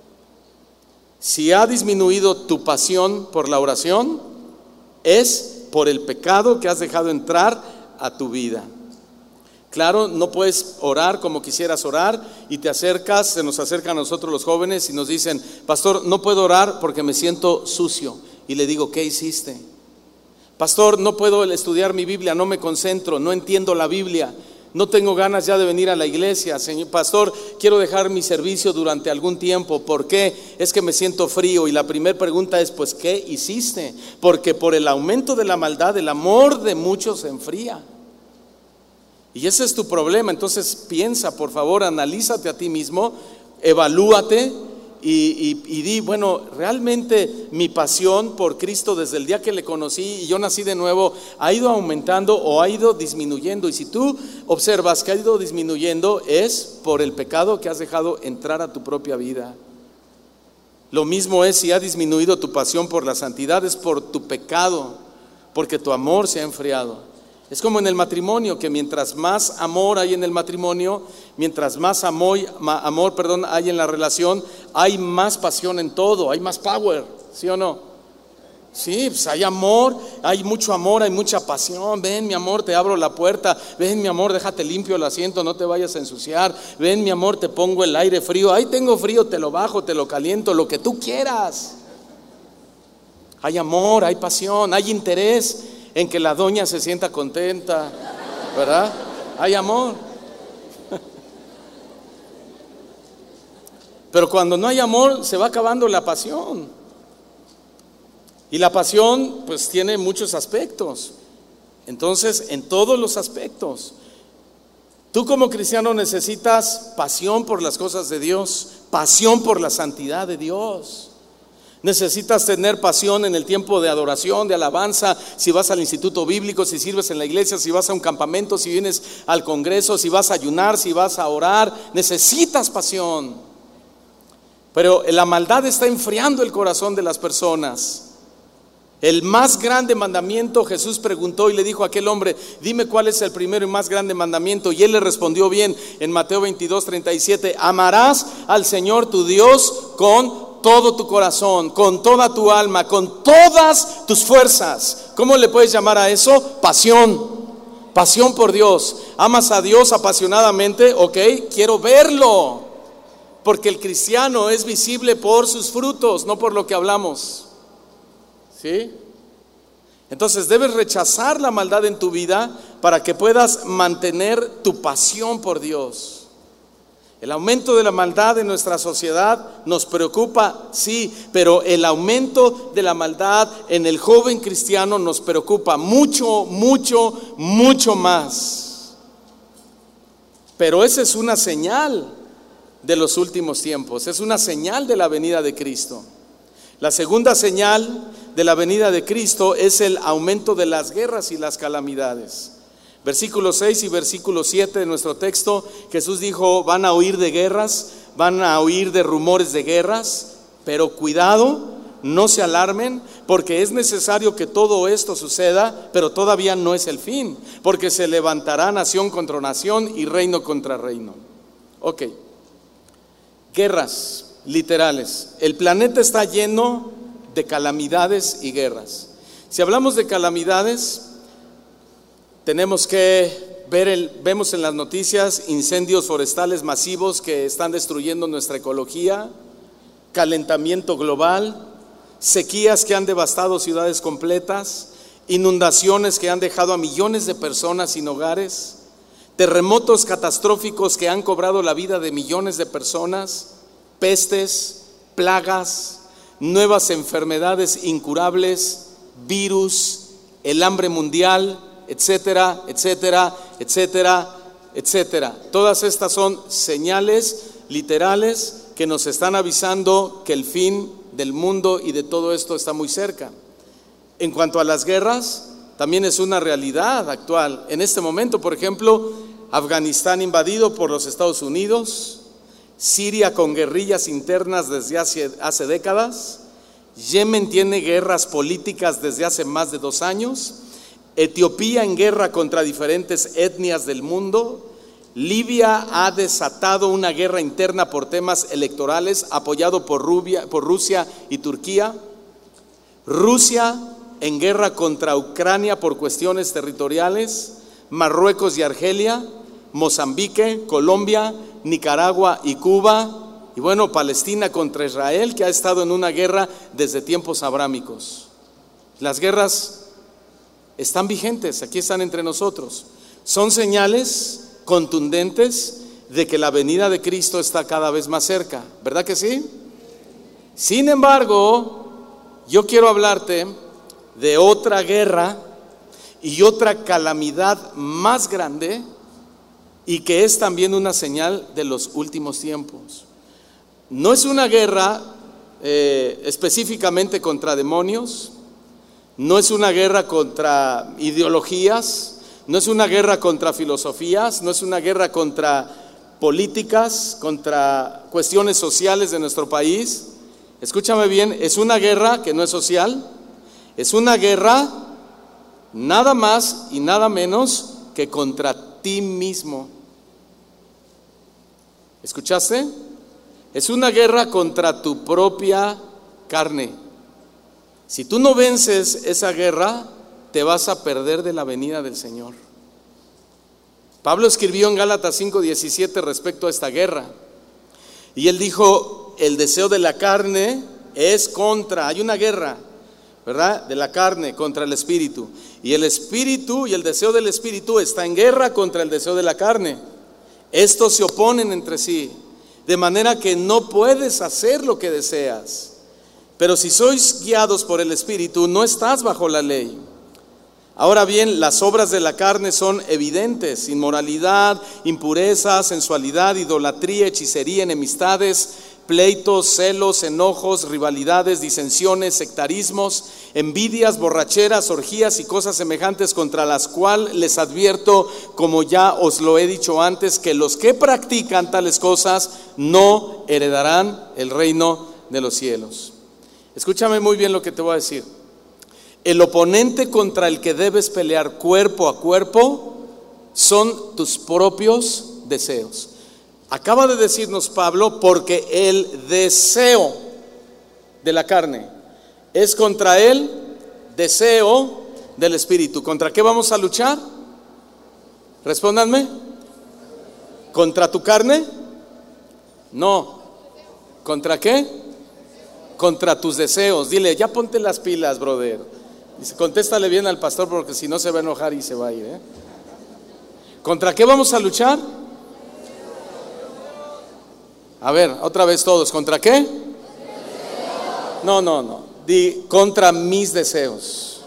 Si ha disminuido tu pasión por la oración, es por el pecado que has dejado entrar a tu vida. Claro, no puedes orar como quisieras orar y te acercas, se nos acercan a nosotros los jóvenes y nos dicen: pastor, no puedo orar porque me siento sucio. Y le digo: ¿qué hiciste? Pastor, no puedo estudiar mi Biblia, no me concentro, no entiendo la Biblia, no tengo ganas ya de venir a la iglesia. Señor pastor, quiero dejar mi servicio durante algún tiempo. ¿Por qué? Es que me siento frío. Y la primera pregunta es: pues, ¿qué hiciste? Porque por el aumento de la maldad, el amor de muchos se enfría. Y ese es tu problema. Entonces piensa, por favor, analízate a ti mismo, evalúate y di: bueno, realmente mi pasión por Cristo desde el día que le conocí y yo nací de nuevo, ¿ha ido aumentando o ha ido disminuyendo? Y si tú observas que ha ido disminuyendo, es por el pecado que has dejado entrar a tu propia vida. Lo mismo es si ha disminuido tu pasión por la santidad, es por tu pecado, porque tu amor se ha enfriado. Es como en el matrimonio, que mientras más amor hay en el matrimonio, mientras más amor hay en la relación, hay más pasión en todo, hay más power, ¿sí o no? Sí, pues hay amor, hay mucho amor, hay mucha pasión. Ven, mi amor, te abro la puerta. Ven, mi amor, déjate limpio el asiento, no te vayas a ensuciar. Ven, mi amor, te pongo el aire frío. Ahí tengo frío, te lo bajo, te lo caliento, lo que tú quieras. Hay amor, hay pasión, hay interés en que la doña se sienta contenta, ¿verdad? Hay amor. Pero cuando no hay amor, se va acabando la pasión. Y la pasión, pues, tiene muchos aspectos. Entonces, en todos los aspectos, tú como cristiano necesitas pasión por las cosas de Dios, pasión por la santidad de Dios. Necesitas tener pasión en el tiempo de adoración, de alabanza, si vas al instituto bíblico, si sirves en la iglesia, si vas a un campamento, si vienes al congreso, si vas a ayunar, si vas a orar. Necesitas pasión. Pero la maldad está enfriando el corazón de las personas. El más grande mandamiento, Jesús preguntó y le dijo a aquel hombre: dime cuál es el primero y más grande mandamiento. Y él le respondió bien en Mateo 22:37: amarás al Señor tu Dios con todo tu corazón, con toda tu alma, con todas tus fuerzas. ¿Cómo le puedes llamar a eso? Pasión. Pasión por Dios. ¿Amas a Dios apasionadamente? Ok, quiero verlo. Porque el cristiano es visible por sus frutos, no por lo que hablamos. ¿Sí? Entonces debes rechazar la maldad en tu vida para que puedas mantener tu pasión por Dios. El aumento de la maldad en nuestra sociedad nos preocupa, sí, pero el aumento de la maldad en el joven cristiano nos preocupa mucho, mucho, mucho más. Pero esa es una señal de los últimos tiempos, es una señal de la venida de Cristo. La segunda señal de la venida de Cristo es el aumento de las guerras y las calamidades. Versículo 6 y versículo 7 de nuestro texto, Jesús dijo: van a oír de guerras, van a oír de rumores de guerras, pero cuidado, no se alarmen, porque es necesario que todo esto suceda, pero todavía no es el fin, porque se levantará nación contra nación y reino contra reino. Ok, guerras literales. El planeta está lleno de calamidades y guerras. Si hablamos de calamidades, tenemos que vemos en las noticias incendios forestales masivos que están destruyendo nuestra ecología, calentamiento global, sequías que han devastado ciudades completas, inundaciones que han dejado a millones de personas sin hogares, terremotos catastróficos que han cobrado la vida de millones de personas, pestes, plagas, nuevas enfermedades incurables, virus, el hambre mundial, etcétera, etcétera, etcétera, etcétera. Todas estas son señales literales que nos están avisando que el fin del mundo y de todo esto está muy cerca. En cuanto a las guerras, también es una realidad actual. En este momento, por ejemplo, Afganistán invadido por los Estados Unidos, Siria con guerrillas internas desde hace décadas, Yemen tiene guerras políticas desde hace más de 2 años, Etiopía en guerra contra diferentes etnias del mundo, Libia ha desatado una guerra interna por temas electorales apoyado por Rusia y Turquía, Rusia en guerra contra Ucrania por cuestiones territoriales, Marruecos y Argelia, Mozambique, Colombia, Nicaragua y Cuba, y bueno, Palestina contra Israel, que ha estado en una guerra desde tiempos abrámicos. Las guerras están vigentes, aquí están entre nosotros. Son señales contundentes de que la venida de Cristo está cada vez más cerca, ¿verdad que sí? Sin embargo, yo quiero hablarte de otra guerra y otra calamidad más grande, y que es también una señal de los últimos tiempos. No es una guerra específicamente contra demonios, no es una guerra contra ideologías, no es una guerra contra filosofías, no es una guerra contra políticas, contra cuestiones sociales de nuestro país. Escúchame bien, es una guerra que no es social, es una guerra nada más y nada menos que contra ti mismo. ¿Escuchaste? Es una guerra contra tu propia carne. Si tú no vences esa guerra, te vas a perder de la venida del Señor. Pablo escribió en Gálatas 5:17 respecto a esta guerra, y él dijo: el deseo de la carne es contra, hay una guerra, ¿verdad?, de la carne contra el espíritu, y el espíritu y el deseo del espíritu está en guerra contra el deseo de la carne. Estos se oponen entre sí, de manera que no puedes hacer lo que deseas. Pero si sois guiados por el espíritu, no estás bajo la ley. Ahora bien, las obras de la carne son evidentes: inmoralidad, impureza, sensualidad, idolatría, hechicería, enemistades, pleitos, celos, enojos, rivalidades, disensiones, sectarismos, envidias, borracheras, orgías y cosas semejantes, contra las cuales les advierto, como ya os lo he dicho antes, que los que practican tales cosas no heredarán el reino de los cielos. Escúchame muy bien lo que te voy a decir. El oponente contra el que debes pelear cuerpo a cuerpo son tus propios deseos. Acaba de decirnos Pablo: porque el deseo de la carne, es contra el deseo del espíritu. ¿Contra qué vamos a luchar? Respóndanme. ¿Contra tu carne? No. ¿Contra qué? Contra tus deseos. Dile, ya ponte las pilas, brother. Dice, contéstale bien al pastor porque si no se va a enojar y se va a ir, ¿eh? ¿Contra qué vamos a luchar? A ver, otra vez todos. ¿Contra qué? No. Di, contra mis deseos.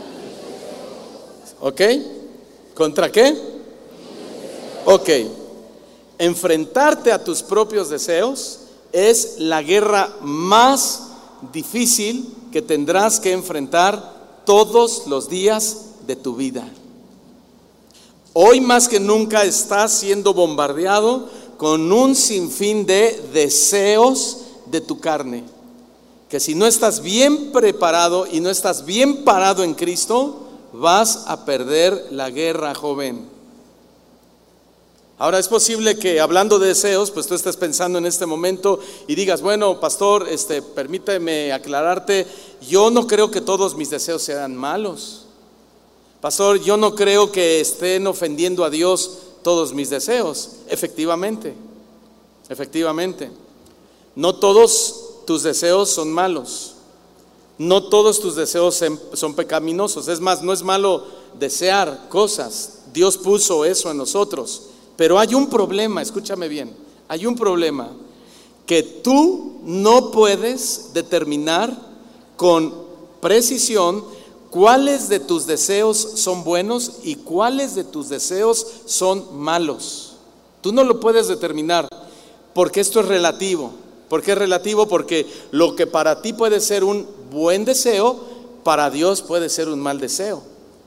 ¿Ok? ¿Contra qué? Ok. Enfrentarte a tus propios deseos es la guerra más difícil que tendrás que enfrentar todos los días de tu vida. Hoy más que nunca estás siendo bombardeado con un sinfín de deseos de tu carne, que si no estás bien preparado y no estás bien parado en Cristo, vas a perder la guerra, joven. Ahora es posible que hablando de deseos, pues tú estés pensando en este momento y digas, bueno, pastor, permíteme aclararte, yo no creo que todos mis deseos sean malos. Pastor, yo no creo que estén ofendiendo a Dios todos mis deseos. Efectivamente. No todos tus deseos son malos. No todos tus deseos son pecaminosos. Es más, no es malo desear cosas. Dios puso eso en nosotros. Pero hay un problema, escúchame bien. Hay un problema que tú no puedes determinar con precisión cuáles de tus deseos son buenos y cuáles de tus deseos son malos. Tú no lo puedes determinar porque esto es relativo. ¿Por qué es relativo? Porque lo que para ti puede ser un buen deseo, para Dios puede ser un mal deseo.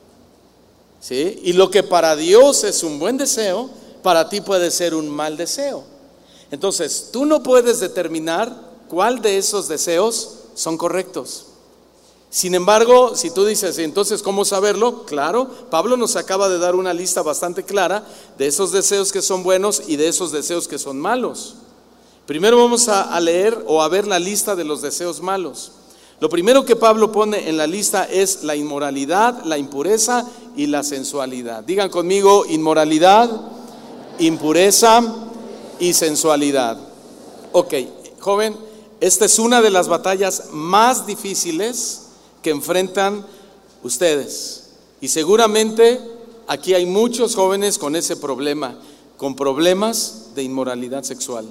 ¿Sí? Y lo que para Dios es un buen deseo, para ti puede ser un mal deseo. Entonces, tú no puedes determinar cuál de esos deseos son correctos. Sin embargo, si tú dices, entonces, ¿cómo saberlo? Claro, Pablo nos acaba de dar una lista bastante clara de esos deseos que son buenos y de esos deseos que son malos. Primero vamos a leer o a ver la lista de los deseos malos. Lo primero que Pablo pone en la lista es la inmoralidad, la impureza y la sensualidad. Digan conmigo, inmoralidad, impureza y sensualidad. Ok, joven, esta es una de las batallas más difíciles que enfrentan ustedes. Y seguramente aquí hay muchos jóvenes con ese problema, con problemas de inmoralidad sexual.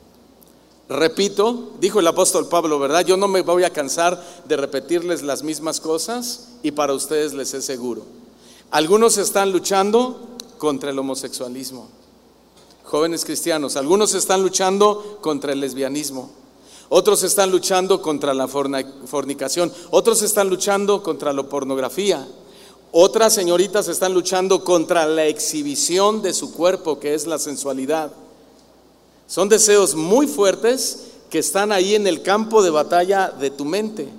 Repito, dijo el apóstol Pablo, ¿verdad? Yo no me voy a cansar de repetirles las mismas cosas y para ustedes les es seguro. Algunos están luchando contra el homosexualismo. Jóvenes cristianos, algunos están luchando contra el lesbianismo. Otros están luchando contra la fornicación. Otros están luchando contra la pornografía. Otras señoritas están luchando contra la exhibición de su cuerpo, que es la sensualidad. Son deseos muy fuertes que están ahí en el campo de batalla de tu mente.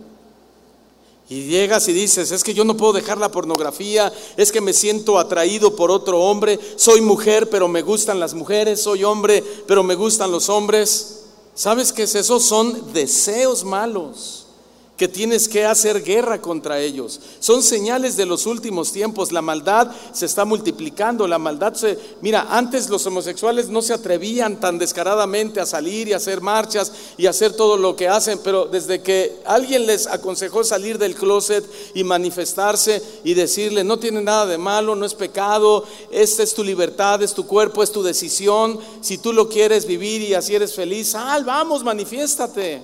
Y llegas y dices, es que yo no puedo dejar la pornografía, es que me siento atraído por otro hombre, soy mujer pero me gustan las mujeres, soy hombre pero me gustan los hombres. ¿Sabes qué es eso? Son deseos malos que tienes que hacer guerra contra ellos. Son señales de los últimos tiempos. La maldad se está multiplicando. Mira, antes los homosexuales no se atrevían tan descaradamente a salir y a hacer marchas y a hacer todo lo que hacen, pero desde que alguien les aconsejó salir del closet y manifestarse y decirle, no tiene nada de malo, no es pecado, esta es tu libertad, es tu cuerpo, es tu decisión, si tú lo quieres vivir y así eres feliz, vamos, manifiéstate.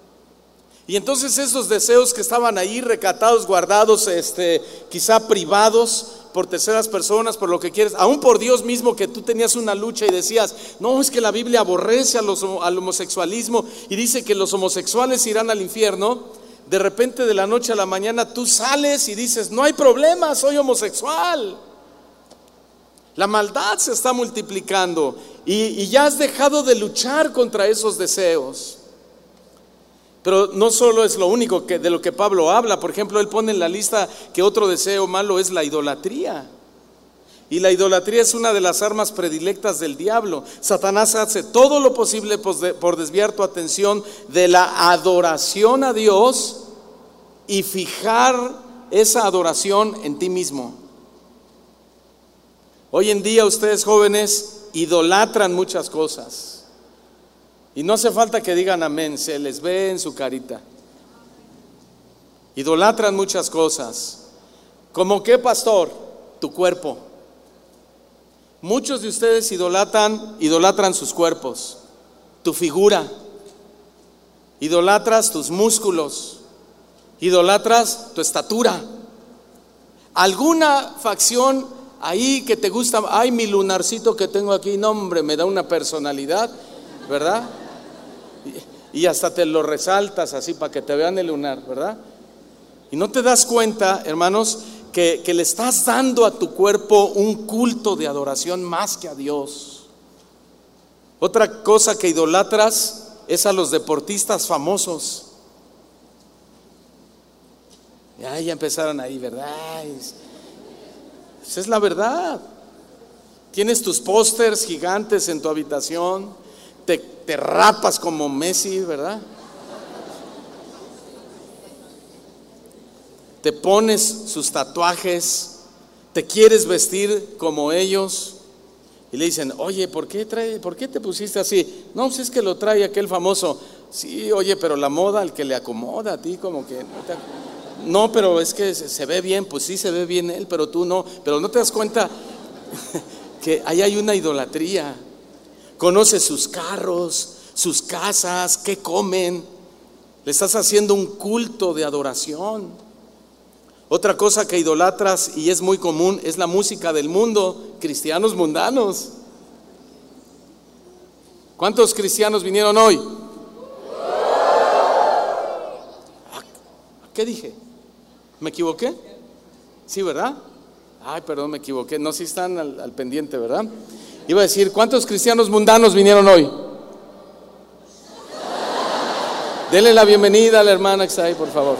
Y entonces esos deseos que estaban ahí recatados, guardados, quizá privados por terceras personas, por lo que quieres, aún por Dios mismo, que tú tenías una lucha y decías, no, es que la Biblia aborrece al homosexualismo y dice que los homosexuales irán al infierno. De repente, de la noche a la mañana, tú sales y dices, no hay problema, soy homosexual. La maldad se está multiplicando y ya has dejado de luchar contra esos deseos. Pero no solo es lo único de lo que Pablo habla. Por ejemplo, él pone en la lista que otro deseo malo es la idolatría. Y la idolatría es una de las armas predilectas del diablo. Satanás hace todo lo posible por desviar tu atención de la adoración a Dios y fijar esa adoración en ti mismo. Hoy en día ustedes jóvenes idolatran muchas cosas. Y no hace falta que digan amén, se les ve en su carita. Idolatran muchas cosas. ¿Cómo qué, pastor? Tu cuerpo. Muchos de ustedes idolatran sus cuerpos, tu figura, idolatras tus músculos, idolatras tu estatura. ¿Alguna facción ahí que te gusta? Ay, mi lunarcito que tengo aquí, no hombre, me da una personalidad, ¿verdad? Y hasta te lo resaltas así para que te vean el lunar, ¿verdad? Y no te das cuenta, hermanos, que le estás dando a tu cuerpo un culto de adoración más que a Dios. Otra cosa que idolatras es a los deportistas famosos. Ya empezaron ahí, ¿verdad? Esa es la verdad. Tienes tus pósters gigantes en tu habitación, te rapas como Messi, ¿verdad? Te pones sus tatuajes, te quieres vestir como ellos y le dicen, oye, ¿por qué te pusiste así? No, pues es que lo trae aquel famoso. Sí, oye, pero la moda, el que le acomoda a ti, como que no, pero es que se ve bien. Pues sí, se ve bien él, pero tú no. Pero no te das cuenta que ahí hay una idolatría. Conoces sus carros, sus casas, qué comen. Le estás haciendo un culto de adoración. Otra cosa que idolatras y es muy común es la música del mundo, cristianos mundanos. ¿Cuántos cristianos vinieron hoy? ¿Qué dije? ¿Me equivoqué? Sí, ¿verdad? Ay, perdón, me equivoqué. No, sí están al pendiente, ¿verdad? Iba a decir, ¿cuántos cristianos mundanos vinieron hoy? Denle la bienvenida a la hermana que está ahí, por favor.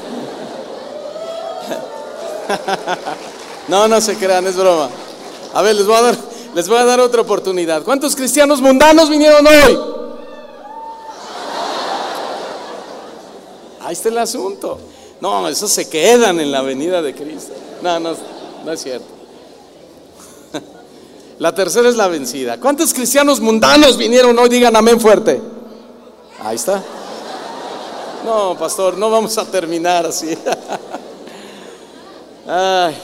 No se crean, es broma. A ver, les voy a dar otra oportunidad. ¿Cuántos cristianos mundanos vinieron hoy? Ahí está el asunto. No, esos se quedan en la venida de Cristo. No es cierto. La tercera es la vencida. ¿Cuántos cristianos mundanos vinieron hoy? Digan amén fuerte. Ahí está. No, pastor, no vamos a terminar así. Ay.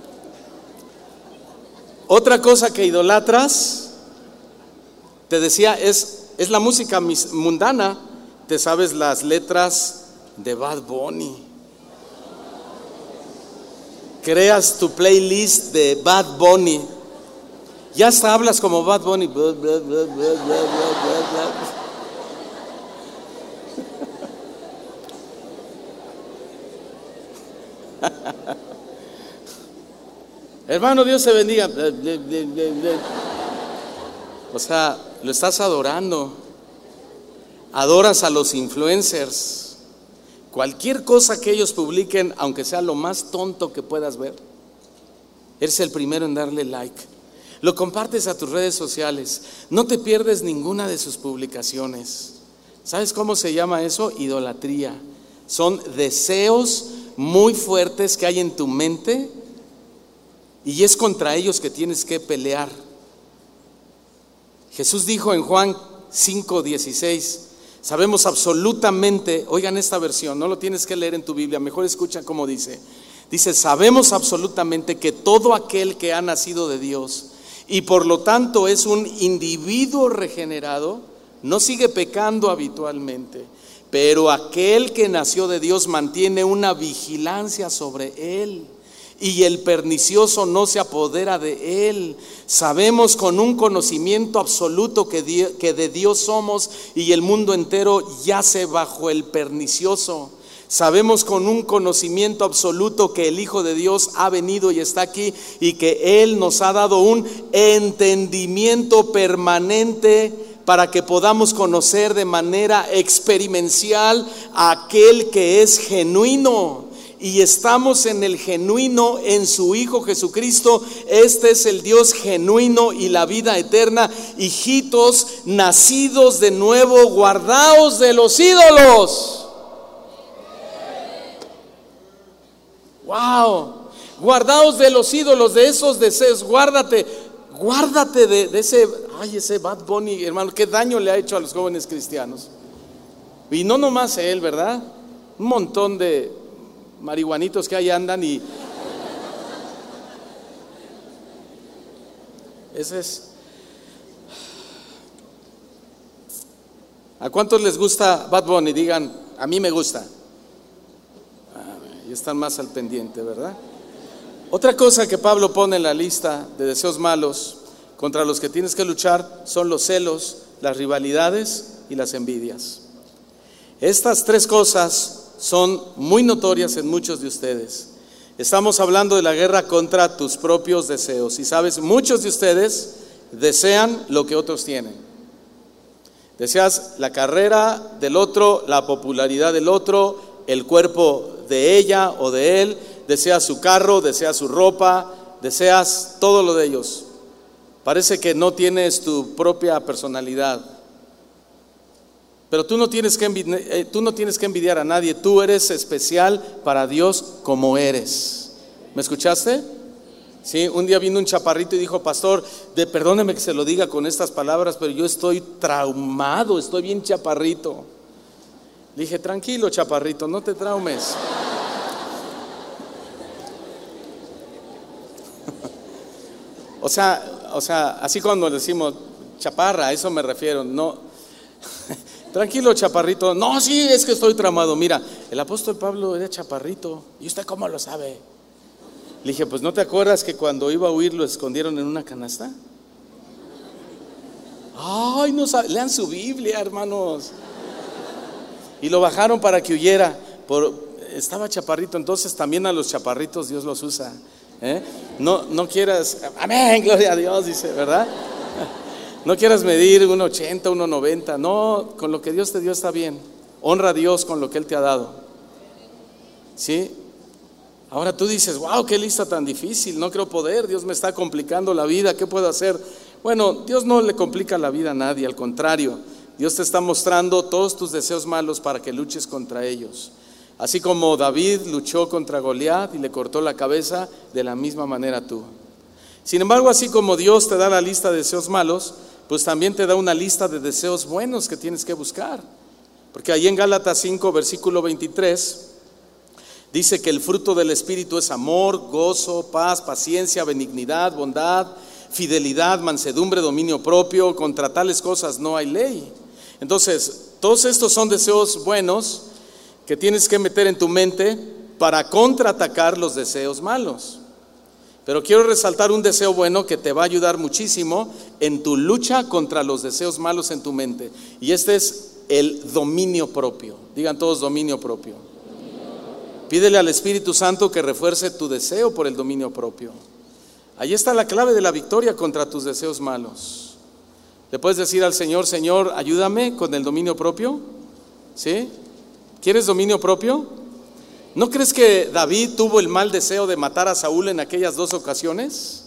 Otra cosa que idolatras, te decía, es la música mundana. Te sabes las letras de Bad Bunny. Creas tu playlist de Bad Bunny. Ya hasta hablas como Bad Bunny. Hermano, Dios te bendiga. O sea, lo estás adorando. Adoras a los influencers. Cualquier cosa que ellos publiquen, aunque sea lo más tonto que puedas ver, eres el primero en darle like. Lo compartes a tus redes sociales. No te pierdes ninguna de sus publicaciones. ¿Sabes cómo se llama eso? Idolatría. Son deseos muy fuertes que hay en tu mente y es contra ellos que tienes que pelear. Jesús dijo en Juan 5:16, sabemos absolutamente, oigan esta versión, no lo tienes que leer en tu Biblia, mejor escucha cómo dice. Dice, sabemos absolutamente que todo aquel que ha nacido de Dios y por lo tanto es un individuo regenerado, no sigue pecando habitualmente, pero aquel que nació de Dios mantiene una vigilancia sobre él y el pernicioso no se apodera de él. Sabemos con un conocimiento absoluto que de Dios somos y el mundo entero yace bajo el pernicioso. Sabemos con un conocimiento absoluto que el Hijo de Dios ha venido y está aquí y que Él nos ha dado un entendimiento permanente para que podamos conocer de manera experiencial a aquel que es genuino. y estamos en el genuino, en su Hijo Jesucristo. Este es el Dios genuino y la vida eterna. Hijitos, nacidos de nuevo, guardaos de los ídolos. Wow, guardaos de los ídolos, de esos deseos. Guárdate de ese Bad Bunny, hermano. Qué daño le ha hecho a los jóvenes cristianos. Y no nomás él, ¿verdad? Un montón de marihuanitos que ahí andan y ese es. ¿A cuántos les gusta Bad Bunny? Digan, a mí me gusta. Y están más al pendiente, ¿verdad? Otra cosa que Pablo pone en la lista de deseos malos contra los que tienes que luchar son los celos, las rivalidades y las envidias. Estas tres cosas son muy notorias en muchos de ustedes. Estamos hablando de la guerra contra tus propios deseos. Y sabes, muchos de ustedes desean lo que otros tienen. Deseas la carrera del otro, la popularidad del otro, el cuerpo de ella o de él. Deseas su carro, deseas su ropa, deseas todo lo de ellos. Parece que no tienes tu propia personalidad. Pero tú no tienes que envidiar a nadie. Tú eres especial para Dios como eres. ¿Me escuchaste? Sí, un día vino un chaparrito y dijo: pastor, perdóneme que se lo diga con estas palabras, pero yo estoy traumado, estoy bien chaparrito. Le dije: tranquilo, chaparrito, no te traumes. O sea, así cuando decimos chaparra, a eso me refiero, no. Tranquilo, chaparrito. No, sí, es que estoy traumado. Mira, el apóstol Pablo era chaparrito. ¿Y usted cómo lo sabe? Le dije: pues ¿no te acuerdas que cuando iba a huir lo escondieron en una canasta? Ay, no sabe, lean su Biblia, hermanos. Y lo bajaron para que huyera. Estaba chaparrito, entonces también a los chaparritos Dios los usa. No quieras, amén, gloria a Dios, dice, ¿verdad? No quieras medir 1.80, 1.90. No, con lo que Dios te dio está bien. Honra a Dios con lo que Él te ha dado. ¿Sí? Ahora tú dices: wow, qué lista tan difícil, no creo poder, Dios me está complicando la vida, ¿qué puedo hacer? Bueno, Dios no le complica la vida a nadie, al contrario, Dios te está mostrando todos tus deseos malos para que luches contra ellos. Así como David luchó contra Goliat y le cortó la cabeza, de la misma manera tú. Sin embargo, así como Dios te da la lista de deseos malos, pues también te da una lista de deseos buenos que tienes que buscar. Porque ahí en Gálatas 5, versículo 23, dice que el fruto del Espíritu es amor, gozo, paz, paciencia, benignidad, bondad, fidelidad, mansedumbre, dominio propio. Contra tales cosas no hay ley. Entonces, todos estos son deseos buenos que tienes que meter en tu mente para contraatacar los deseos malos. Pero quiero resaltar un deseo bueno que te va a ayudar muchísimo en tu lucha contra los deseos malos en tu mente. Y este es el dominio propio. Digan todos: dominio propio. Pídele al Espíritu Santo que refuerce tu deseo por el dominio propio. Ahí está la clave de la victoria contra tus deseos malos. ¿Le puedes decir al Señor: Señor, ayúdame con el dominio propio? ¿Sí? ¿Quieres dominio propio? ¿No crees que David tuvo el mal deseo de matar a Saúl en aquellas 2 ocasiones?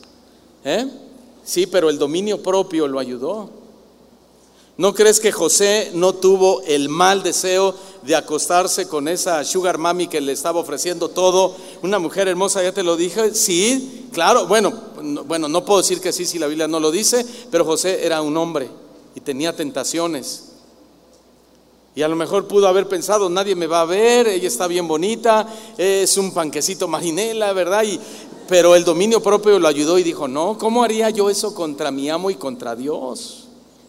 Sí, pero el dominio propio lo ayudó. ¿No crees que José no tuvo el mal deseo de acostarse con esa sugar mami que le estaba ofreciendo todo? Una mujer hermosa, ya te lo dije. Sí, claro, bueno, no puedo decir que sí si la Biblia no lo dice, pero José era un hombre y tenía tentaciones. Y a lo mejor pudo haber pensado: nadie me va a ver, ella está bien bonita, es un panquecito marinela, ¿verdad? Pero el dominio propio lo ayudó y dijo: no, ¿cómo haría yo eso contra mi amo y contra Dios?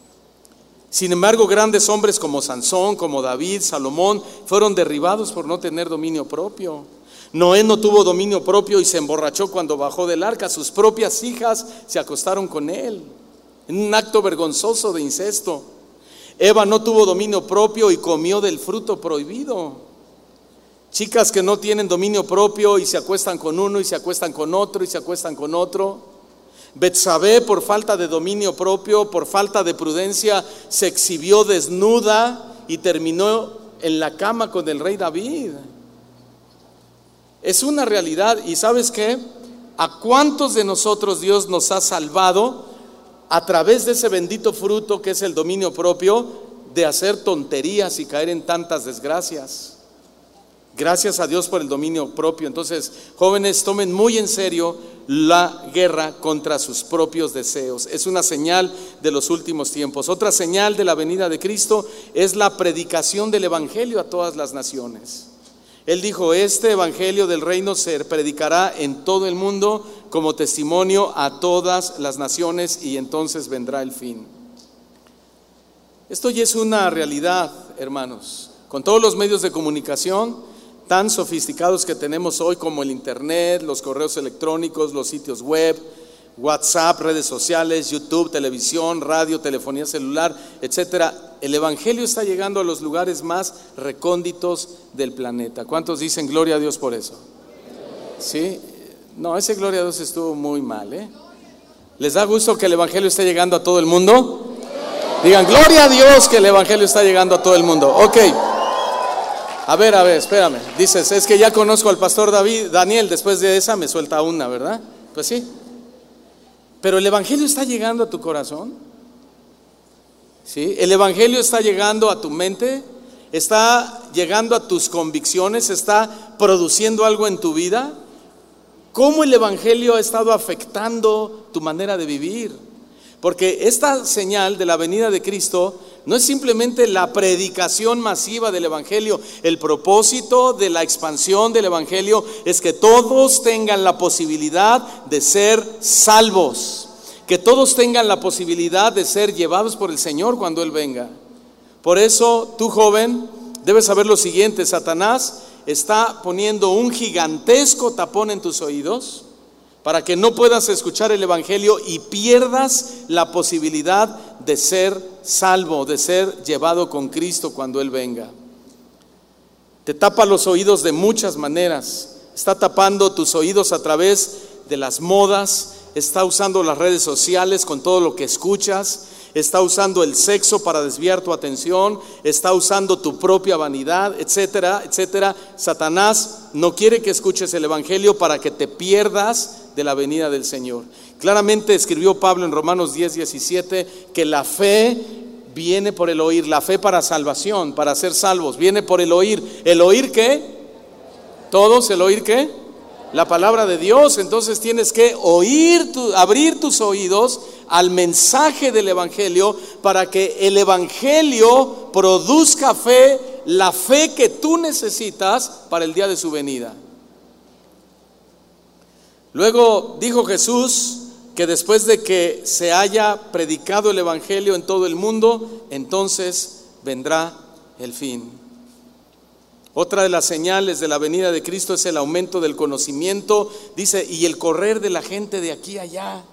Sin embargo, grandes hombres como Sansón, como David, Salomón, fueron derribados por no tener dominio propio. Noé no tuvo dominio propio y se emborrachó cuando bajó del arca. Sus propias hijas se acostaron con él en un acto vergonzoso de incesto. Eva no tuvo dominio propio y comió del fruto prohibido. Chicas que no tienen dominio propio y se acuestan con uno y se acuestan con otro y se acuestan con otro. Betsabé, por falta de dominio propio, por falta de prudencia, se exhibió desnuda y terminó en la cama con el rey David. Es una realidad. ¿Y sabes qué? ¿A cuántos de nosotros Dios nos ha salvado a través de ese bendito fruto que es el dominio propio, de hacer tonterías y caer en tantas desgracias? Gracias a Dios por el dominio propio. Entonces, jóvenes, tomen muy en serio la guerra contra sus propios deseos. Es una señal de los últimos tiempos. Otra señal de la venida de Cristo es la predicación del evangelio a todas las naciones. Él dijo: este evangelio del reino se predicará en todo el mundo como testimonio a todas las naciones, y entonces vendrá el fin. Esto ya es una realidad, hermanos. Con todos los medios de comunicación tan sofisticados que tenemos hoy, como el internet, los correos electrónicos, los sitios web, WhatsApp, redes sociales, YouTube, televisión, radio, telefonía celular, etcétera, el evangelio está llegando a los lugares más recónditos del planeta. ¿Cuántos dicen gloria a Dios por eso? ¿Sí? No, ese gloria a Dios estuvo muy mal, ¿eh? ¿Les da gusto que el evangelio esté llegando a todo el mundo? Digan gloria a Dios que el evangelio está llegando a todo el mundo. Ok. A ver, espérame. Dices, es que ya conozco al pastor Daniel, después de esa me suelta una, ¿verdad? Pues sí. Pero el evangelio está llegando a tu corazón. ¿Sí? El evangelio está llegando a tu mente, está llegando a tus convicciones, está produciendo algo en tu vida. ¿Cómo el evangelio ha estado afectando tu manera de vivir? Porque esta señal de la venida de Cristo no es simplemente la predicación masiva del evangelio. El propósito de la expansión del evangelio es que todos tengan la posibilidad de ser salvos, que todos tengan la posibilidad de ser llevados por el Señor cuando Él venga. Por eso, tú, joven, debes saber lo siguiente: Satanás está poniendo un gigantesco tapón en tus oídos para que no puedas escuchar el evangelio y pierdas la posibilidad de ser salvo, de ser llevado con Cristo cuando Él venga. Te tapa los oídos de muchas maneras. Está tapando tus oídos a través de las modas, está usando las redes sociales con todo lo que escuchas, está usando el sexo para desviar tu atención, está usando tu propia vanidad, etcétera, etcétera. Satanás no quiere que escuches el evangelio para que te pierdas de la venida del Señor. Claramente escribió Pablo en Romanos 10:17 que la fe viene por el oír. La fe para salvación, para ser salvos, viene por el oír. ¿El oír qué? ¿Todos el oír qué? La palabra de Dios. Entonces tienes que abrir tus oídos al mensaje del evangelio para que el evangelio produzca fe, la fe que tú necesitas para el día de su venida. Luego dijo Jesús que después de que se haya predicado el evangelio en todo el mundo, entonces vendrá el fin. Otra de las señales de la venida de Cristo es el aumento del conocimiento. Dice, y el correr de la gente de aquí a allá.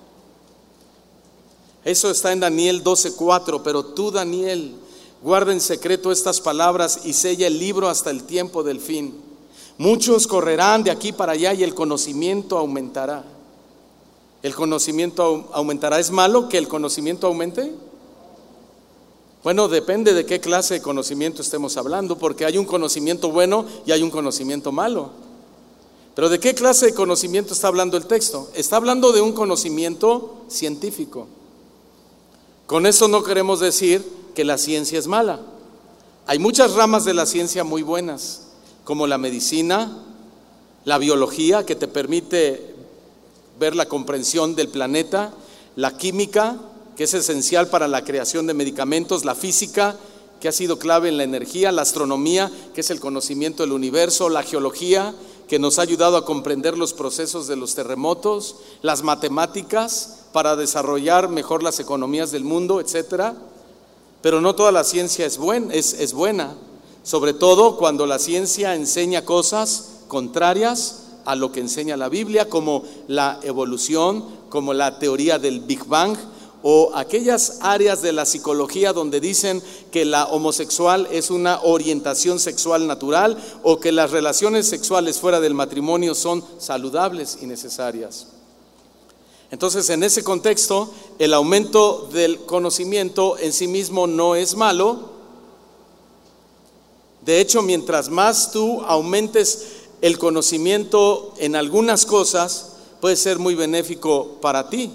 Eso está en Daniel 12:4. Pero tú, Daniel, guarda en secreto estas palabras y sella el libro hasta el tiempo del fin. Muchos correrán de aquí para allá y el conocimiento aumentará. ¿El conocimiento aumentará? ¿Es malo que el conocimiento aumente? Bueno, depende de qué clase de conocimiento estemos hablando, porque hay un conocimiento bueno y hay un conocimiento malo. Pero ¿de qué clase de conocimiento está hablando el texto? Está hablando de un conocimiento científico. Con eso no queremos decir que la ciencia es mala. Hay muchas ramas de la ciencia muy buenas, como la medicina, la biología, que te permite ver la comprensión del planeta, la química, que es esencial para la creación de medicamentos, la física, que ha sido clave en la energía, la astronomía, que es el conocimiento del universo, la geología, que nos ha ayudado a comprender los procesos de los terremotos, las matemáticas, para desarrollar mejor las economías del mundo, etcétera. Pero no toda la ciencia es buena. Sobre todo cuando la ciencia enseña cosas contrarias a lo que enseña la Biblia, como la evolución, como la teoría del Big Bang, o aquellas áreas de la psicología donde dicen que la homosexual es una orientación sexual natural, o que las relaciones sexuales fuera del matrimonio son saludables y necesarias. Entonces, en ese contexto, el aumento del conocimiento en sí mismo no es malo. De hecho, mientras más tú aumentes el conocimiento en algunas cosas puede ser muy benéfico para ti.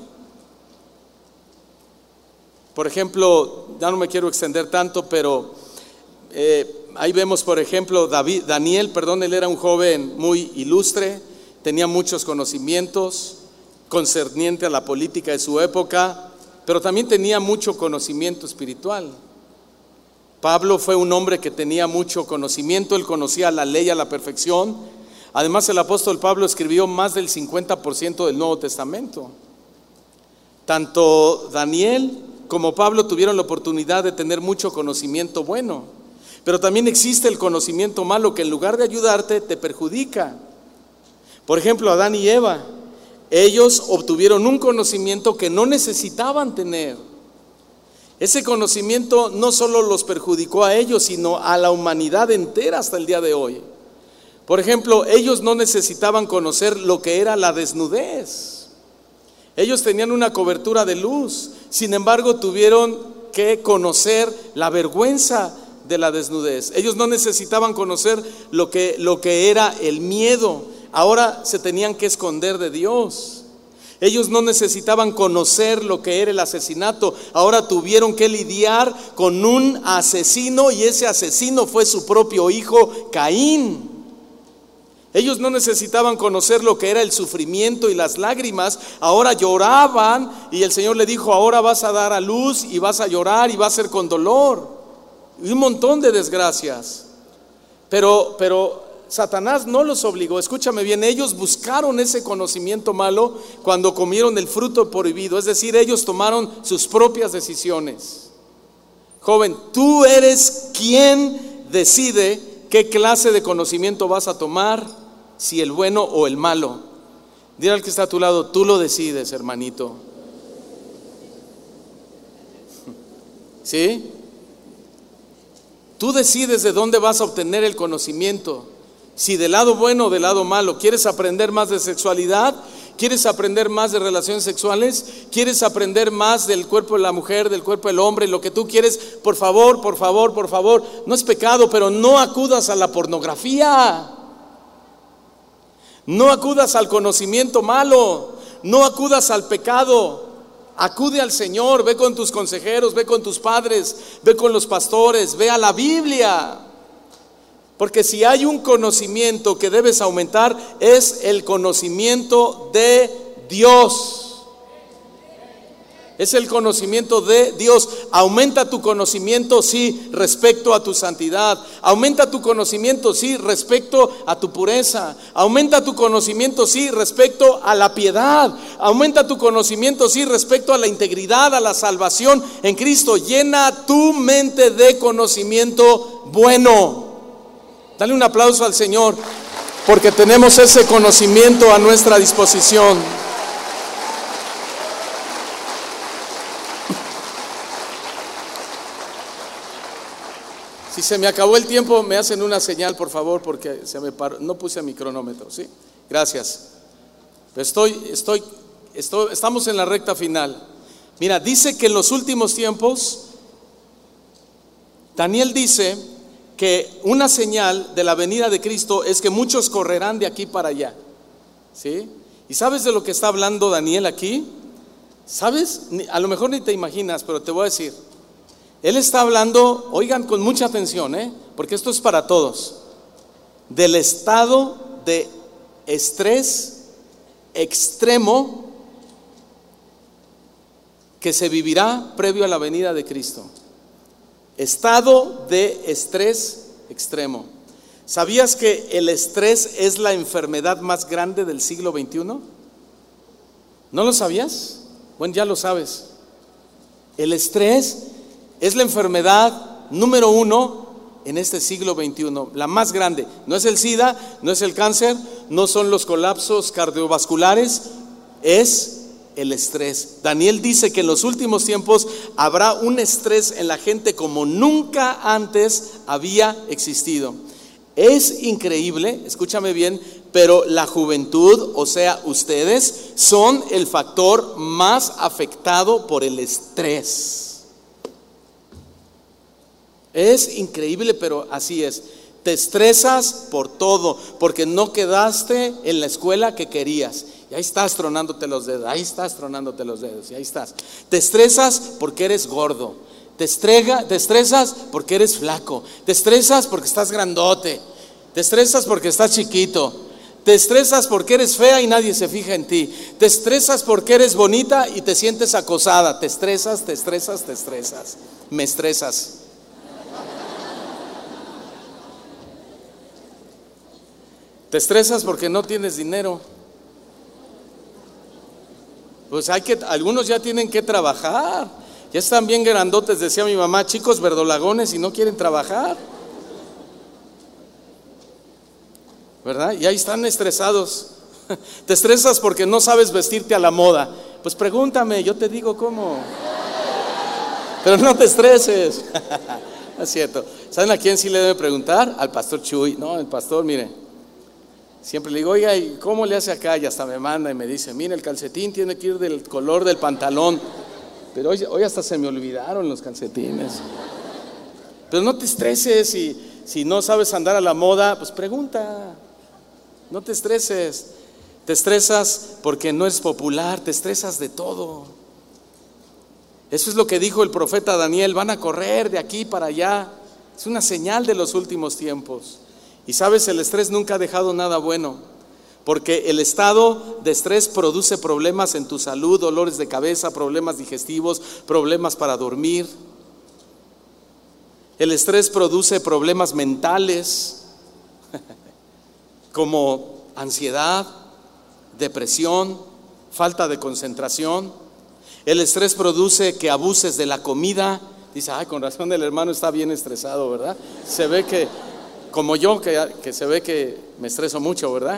Por ejemplo, ya no me quiero extender tanto, pero ahí vemos, por ejemplo, Daniel, él era un joven muy ilustre, tenía muchos conocimientos concerniente a la política de su época, pero también tenía mucho conocimiento espiritual. Pablo fue un hombre que tenía mucho conocimiento, él conocía la ley a la perfección. Además, el apóstol Pablo escribió más del 50% del Nuevo Testamento. Tanto Daniel como Pablo tuvieron la oportunidad de tener mucho conocimiento bueno, pero también existe el conocimiento malo que en lugar de ayudarte te perjudica. Por ejemplo, Adán y Eva, ellos obtuvieron un conocimiento que no necesitaban tener. Ese conocimiento no solo los perjudicó a ellos, sino a la humanidad entera hasta el día de hoy. Por ejemplo, ellos no necesitaban conocer lo que era la desnudez. Ellos tenían una cobertura de luz, sin embargo tuvieron que conocer la vergüenza de la desnudez. Ellos no necesitaban conocer lo que era el miedo, ahora se tenían que esconder de Dios. Ellos no necesitaban conocer lo que era el asesinato, ahora tuvieron que lidiar con un asesino, y ese asesino fue su propio hijo Caín. Ellos no necesitaban conocer lo que era el sufrimiento y las lágrimas, ahora lloraban y el Señor le dijo: ahora vas a dar a luz y vas a llorar y va a ser con dolor, y un montón de desgracias. Pero Satanás no los obligó, escúchame bien, ellos buscaron ese conocimiento malo cuando comieron el fruto prohibido, es decir, ellos tomaron sus propias decisiones. Joven, tú eres quien decide qué clase de conocimiento vas a tomar, si el bueno o el malo. Dile al que está a tu lado: tú lo decides, hermanito. ¿Sí? Tú decides de dónde vas a obtener el conocimiento, si del lado bueno o del lado malo. ¿Quieres aprender más de sexualidad? ¿Quieres aprender más de relaciones sexuales? ¿Quieres aprender más del cuerpo de la mujer, del cuerpo del hombre? Lo que tú quieres, por favor, no es pecado, pero no acudas a la pornografía. No acudas al conocimiento malo, no acudas al pecado. Acude al Señor, ve con tus consejeros, ve con tus padres, ve con los pastores, ve a la Biblia. Porque si hay un conocimiento que debes aumentar, es el conocimiento de Dios. Es el conocimiento de Dios. Aumenta tu conocimiento, sí, respecto a tu santidad. Aumenta tu conocimiento, sí, respecto a tu pureza. Aumenta tu conocimiento, sí, respecto a la piedad. Aumenta tu conocimiento, sí, respecto a la integridad, a la salvación en Cristo. Llena tu mente de conocimiento bueno. Dale un aplauso al Señor, porque tenemos ese conocimiento a nuestra disposición. Si se me acabó el tiempo, me hacen una señal, por favor, porque se me paró. No puse mi cronómetro, ¿sí? Gracias. Estamos en la recta final. Mira, dice que en los últimos tiempos, Daniel dice que una señal de la venida de Cristo es que muchos correrán de aquí para allá, ¿sí? ¿Y sabes de lo que está hablando Daniel aquí? ¿Sabes? A lo mejor ni te imaginas, pero te voy a decir. Él está hablando, oigan con mucha atención, porque esto es para todos, del estado de estrés extremo que se vivirá previo a la venida de Cristo. Estado de estrés extremo. ¿Sabías que el estrés es la enfermedad más grande del siglo XXI? ¿No lo sabías? Bueno, ya lo sabes. El estrés es la enfermedad número 1 en este siglo XXI, la más grande. No es el SIDA, no es el cáncer, no son los colapsos cardiovasculares, es el estrés. Daniel dice que en los últimos tiempos habrá un estrés en la gente como nunca antes había existido. Es increíble, escúchame bien, pero la juventud, o sea, ustedes, son el factor más afectado por el estrés. Es increíble, pero así es. Te estresas por todo, porque no quedaste en la escuela que querías. Y ahí estás tronándote los dedos, ahí estás tronándote los dedos, y ahí estás. Te estresas porque eres gordo. Te estresas porque eres flaco. Te estresas porque estás grandote. Te estresas porque estás chiquito. Te estresas porque eres fea y nadie se fija en ti. Te estresas porque eres bonita y te sientes acosada. Te estresas, te estresas, te estresas. Me estresas. Te estresas porque no tienes dinero. Pues algunos ya tienen que trabajar. Ya están bien grandotes, decía mi mamá, chicos verdolagones y no quieren trabajar. ¿Verdad? Y ahí están estresados. Te estresas porque no sabes vestirte a la moda. Pues pregúntame, yo te digo cómo. Pero no te estreses. No es cierto. ¿Saben a quién sí le debe preguntar? Al pastor Chuy. No, el pastor, mire, siempre le digo, oiga, ¿y cómo le hace acá? Y hasta me manda y me dice, mire, el calcetín tiene que ir del color del pantalón. Pero hoy hasta se me olvidaron los calcetines. Pero no te estreses, si no sabes andar a la moda, pues pregunta. No te estreses. Te estresas porque no eres popular, te estresas de todo. Eso es lo que dijo el profeta Daniel, van a correr de aquí para allá. Es una señal de los últimos tiempos. Y sabes, el estrés nunca ha dejado nada bueno, porque el estado de estrés produce problemas en tu salud, dolores de cabeza, problemas digestivos, problemas para dormir. El estrés produce problemas mentales como ansiedad, depresión, falta de concentración. El estrés produce que abuses de la comida. Dice, ay, con razón el hermano está bien estresado, ¿verdad? Se ve que, como yo, que se ve que me estreso mucho, ¿verdad?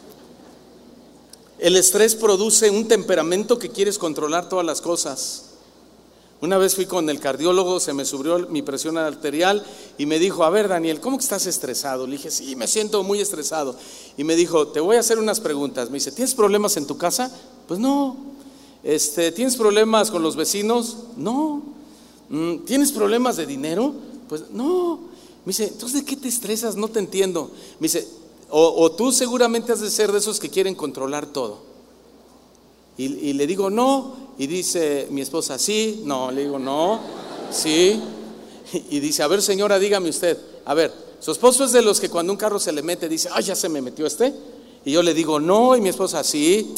El estrés produce un temperamento que quieres controlar todas las cosas. Una vez fui con el cardiólogo, se me subió mi presión arterial y me dijo, a ver Daniel, ¿cómo que estás estresado? Le dije, sí, me siento muy estresado. Y me dijo, te voy a hacer unas preguntas. Me dice, ¿tienes problemas en tu casa? Pues no. ¿Tienes problemas con los vecinos? No. ¿Tienes problemas de dinero? Pues no. Me dice, entonces ¿de qué te estresas? No te entiendo. Me dice, o tú seguramente has de ser de esos que quieren controlar todo. Y le digo, no. Y dice mi esposa, sí. No, le digo, no, sí. Y dice, a ver señora, dígame usted. A ver, su esposo es de los que cuando un carro se le mete dice, ay, ya se me metió este. Y yo le digo, no. Y mi esposa, sí.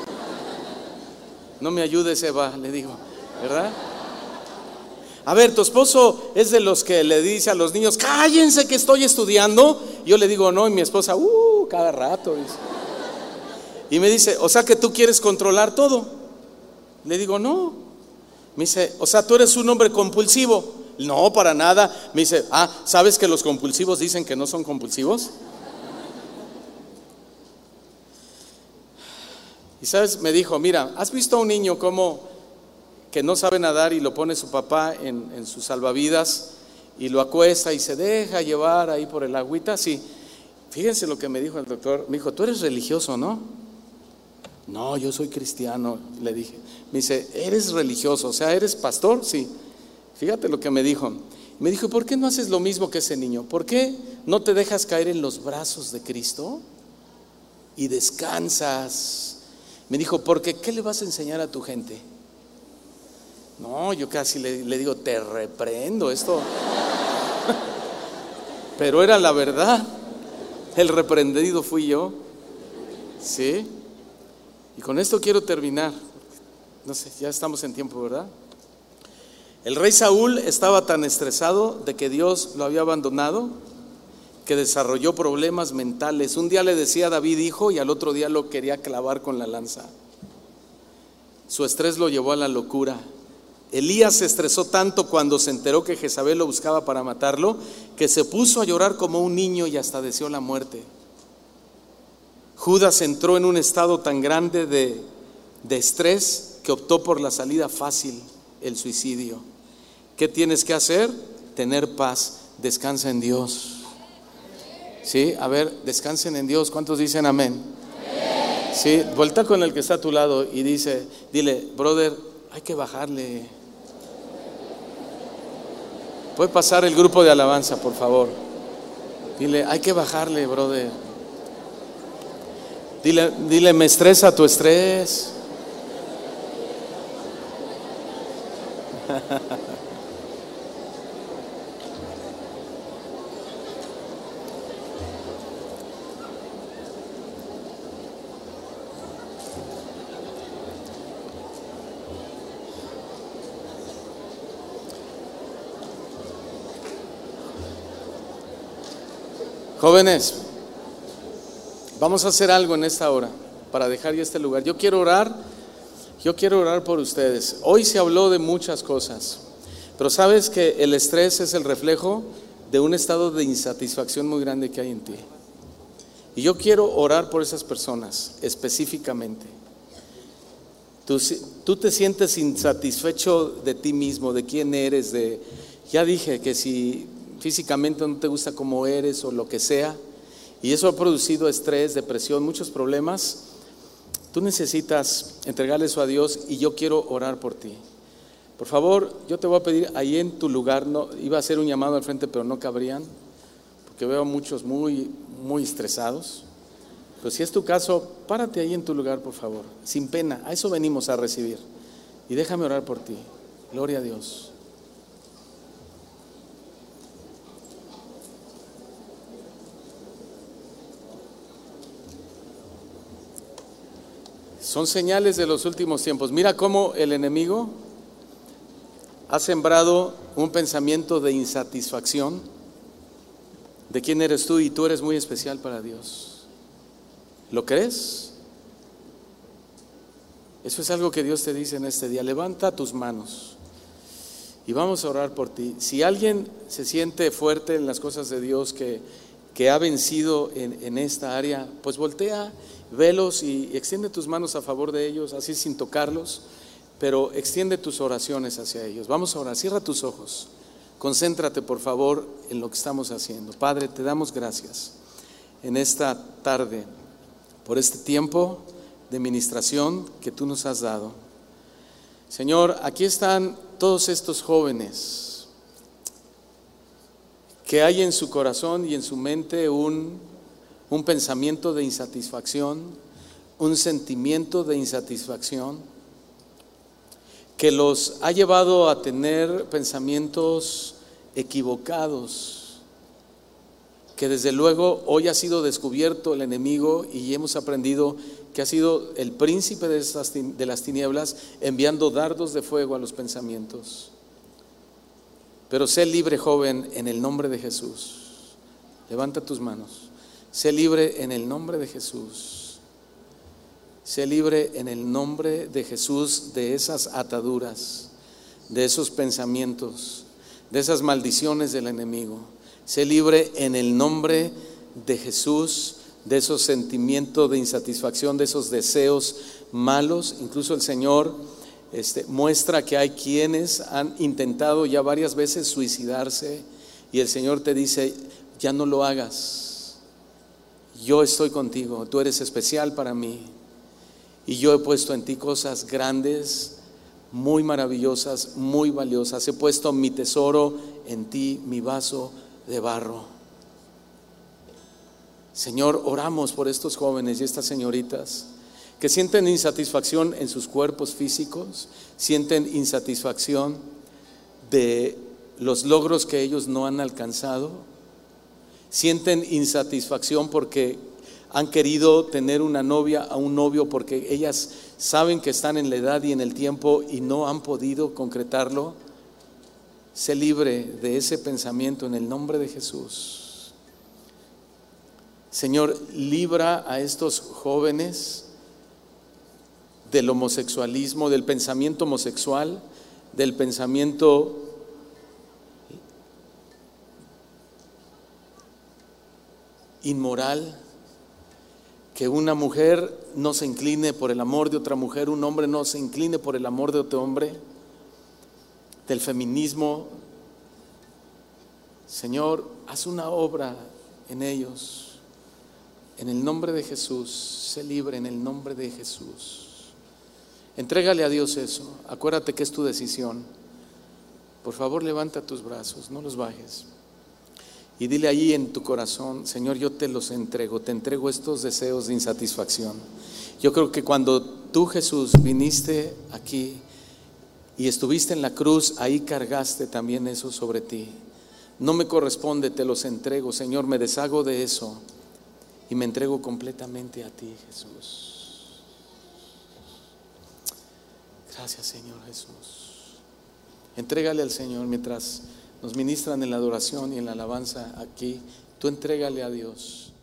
No me ayudes, Eva, le digo, ¿verdad? A ver, tu esposo es de los que le dice a los niños, cállense que estoy estudiando. Y yo le digo, no. Y mi esposa, cada rato, dice. Y me dice, o sea que tú quieres controlar todo. Le digo, no. Me dice, o sea, tú eres un hombre compulsivo. No, para nada. Me dice, ¿sabes que los compulsivos dicen que no son compulsivos? Y sabes, me dijo, mira, ¿has visto a un niño como que no sabe nadar y lo pone su papá en sus salvavidas y lo acuesta y se deja llevar ahí por el agüita? Sí. Fíjense lo que me dijo el doctor. Me dijo, tú eres religioso, ¿no? No, yo soy cristiano, le dije. Me dice, ¿eres religioso? O sea, ¿eres pastor? Sí. Fíjate lo que me dijo. Me dijo, ¿por qué no haces lo mismo que ese niño? ¿Por qué no te dejas caer en los brazos de Cristo y descansas? Me dijo, porque ¿qué le vas a enseñar a tu gente? No, yo casi le digo, te reprendo esto. Pero era la verdad. El reprendido fui yo. ¿Sí? Y con esto quiero terminar. No sé, ya estamos en tiempo, ¿verdad? El rey Saúl estaba tan estresado de que Dios lo había abandonado que desarrolló problemas mentales. Un día le decía a David hijo y al otro día lo quería clavar con la lanza. Su estrés lo llevó a la locura. Elías se estresó tanto cuando se enteró que Jezabel lo buscaba para matarlo, que se puso a llorar como un niño y hasta deseó la muerte. Judas entró en un estado tan grande de estrés que optó por la salida fácil, el suicidio. ¿Qué tienes que hacer? Tener paz, descansa en Dios. Sí, a ver, descansen en Dios. ¿Cuántos dicen amén? Sí, vuelta con el que está a tu lado y dile, brother, hay que bajarle. Puede pasar el grupo de alabanza, por favor. Dile, hay que bajarle, brother. Dile, me estresa tu estrés. Jóvenes, vamos a hacer algo en esta hora para dejar ya este lugar. Yo quiero orar por ustedes. Hoy se habló de muchas cosas, pero sabes que el estrés es el reflejo de un estado de insatisfacción muy grande que hay en ti. Y yo quiero orar por esas personas específicamente. Tú te sientes insatisfecho de ti mismo, de quién eres, ya dije que si físicamente no te gusta como eres o lo que sea, y eso ha producido estrés, depresión, muchos problemas. Tú necesitas entregarle eso a Dios y yo quiero orar por ti. Por favor, yo te voy a pedir ahí en tu lugar, no, iba a hacer un llamado al frente pero no cabrían, porque veo a muchos muy, muy estresados. Pero si es tu caso, párate ahí en tu lugar, por favor, sin pena. A eso venimos a recibir. Y déjame orar por ti. Gloria a Dios. Son señales de los últimos tiempos. Mira cómo el enemigo ha sembrado un pensamiento de insatisfacción de quién eres tú, y tú eres muy especial para Dios. ¿Lo crees? Eso es algo que Dios te dice en este día. Levanta tus manos y vamos a orar por ti. Si alguien se siente fuerte en las cosas de Dios, que ha vencido en esta área, pues voltea, velos y extiende tus manos a favor de ellos, así sin tocarlos, pero extiende tus oraciones hacia ellos. Vamos a orar, cierra tus ojos, concéntrate por favor en lo que estamos haciendo. Padre, te damos gracias en esta tarde por este tiempo de ministración que tú nos has dado. Señor, aquí están todos estos jóvenes que hay en su corazón y en su mente un pensamiento de insatisfacción, un sentimiento de insatisfacción que los ha llevado a tener pensamientos equivocados, que desde luego hoy ha sido descubierto el enemigo y hemos aprendido que ha sido el príncipe de las tinieblas enviando dardos de fuego a los pensamientos. Pero sé libre, joven, en el nombre de Jesús. Levanta tus manos. Sé libre en el nombre de Jesús. Sé libre en el nombre de Jesús de esas ataduras, de esos pensamientos, de esas maldiciones del enemigo. Sé libre en el nombre de Jesús de esos sentimientos de insatisfacción, de esos deseos malos. Incluso el Señor muestra que hay quienes han intentado ya varias veces suicidarse y el Señor te dice, ya no lo hagas, yo estoy contigo, tú eres especial para mí y yo he puesto en ti cosas grandes, muy maravillosas, muy valiosas. He puesto mi tesoro en ti, mi vaso de barro. Señor, oramos por estos jóvenes y estas señoritas que sienten insatisfacción en sus cuerpos físicos, sienten insatisfacción de los logros que ellos no han alcanzado, sienten insatisfacción porque han querido tener una novia o un novio porque ellas saben que están en la edad y en el tiempo y no han podido concretarlo. Sé libre de ese pensamiento en el nombre de Jesús. Señor, libra a estos jóvenes del homosexualismo, del pensamiento homosexual, del pensamiento inmoral, que una mujer no se incline por el amor de otra mujer, un hombre no se incline por el amor de otro hombre, del feminismo. Señor, haz una obra en ellos, en el nombre de Jesús. Sé libre en el nombre de Jesús. Entrégale a Dios eso. Acuérdate que es tu decisión. Por favor, levanta tus brazos, no los bajes. Y dile ahí en tu corazón: Señor, yo te los entrego, te entrego estos deseos de insatisfacción. Yo creo que cuando tú, Jesús, viniste aquí y estuviste en la cruz, ahí cargaste también eso sobre ti. No me corresponde, te los entrego, Señor, me deshago de eso y me entrego completamente a ti, Jesús. Gracias, Señor Jesús. Entrégale al Señor mientras nos ministran en la adoración y en la alabanza aquí. Tú entrégale a Dios.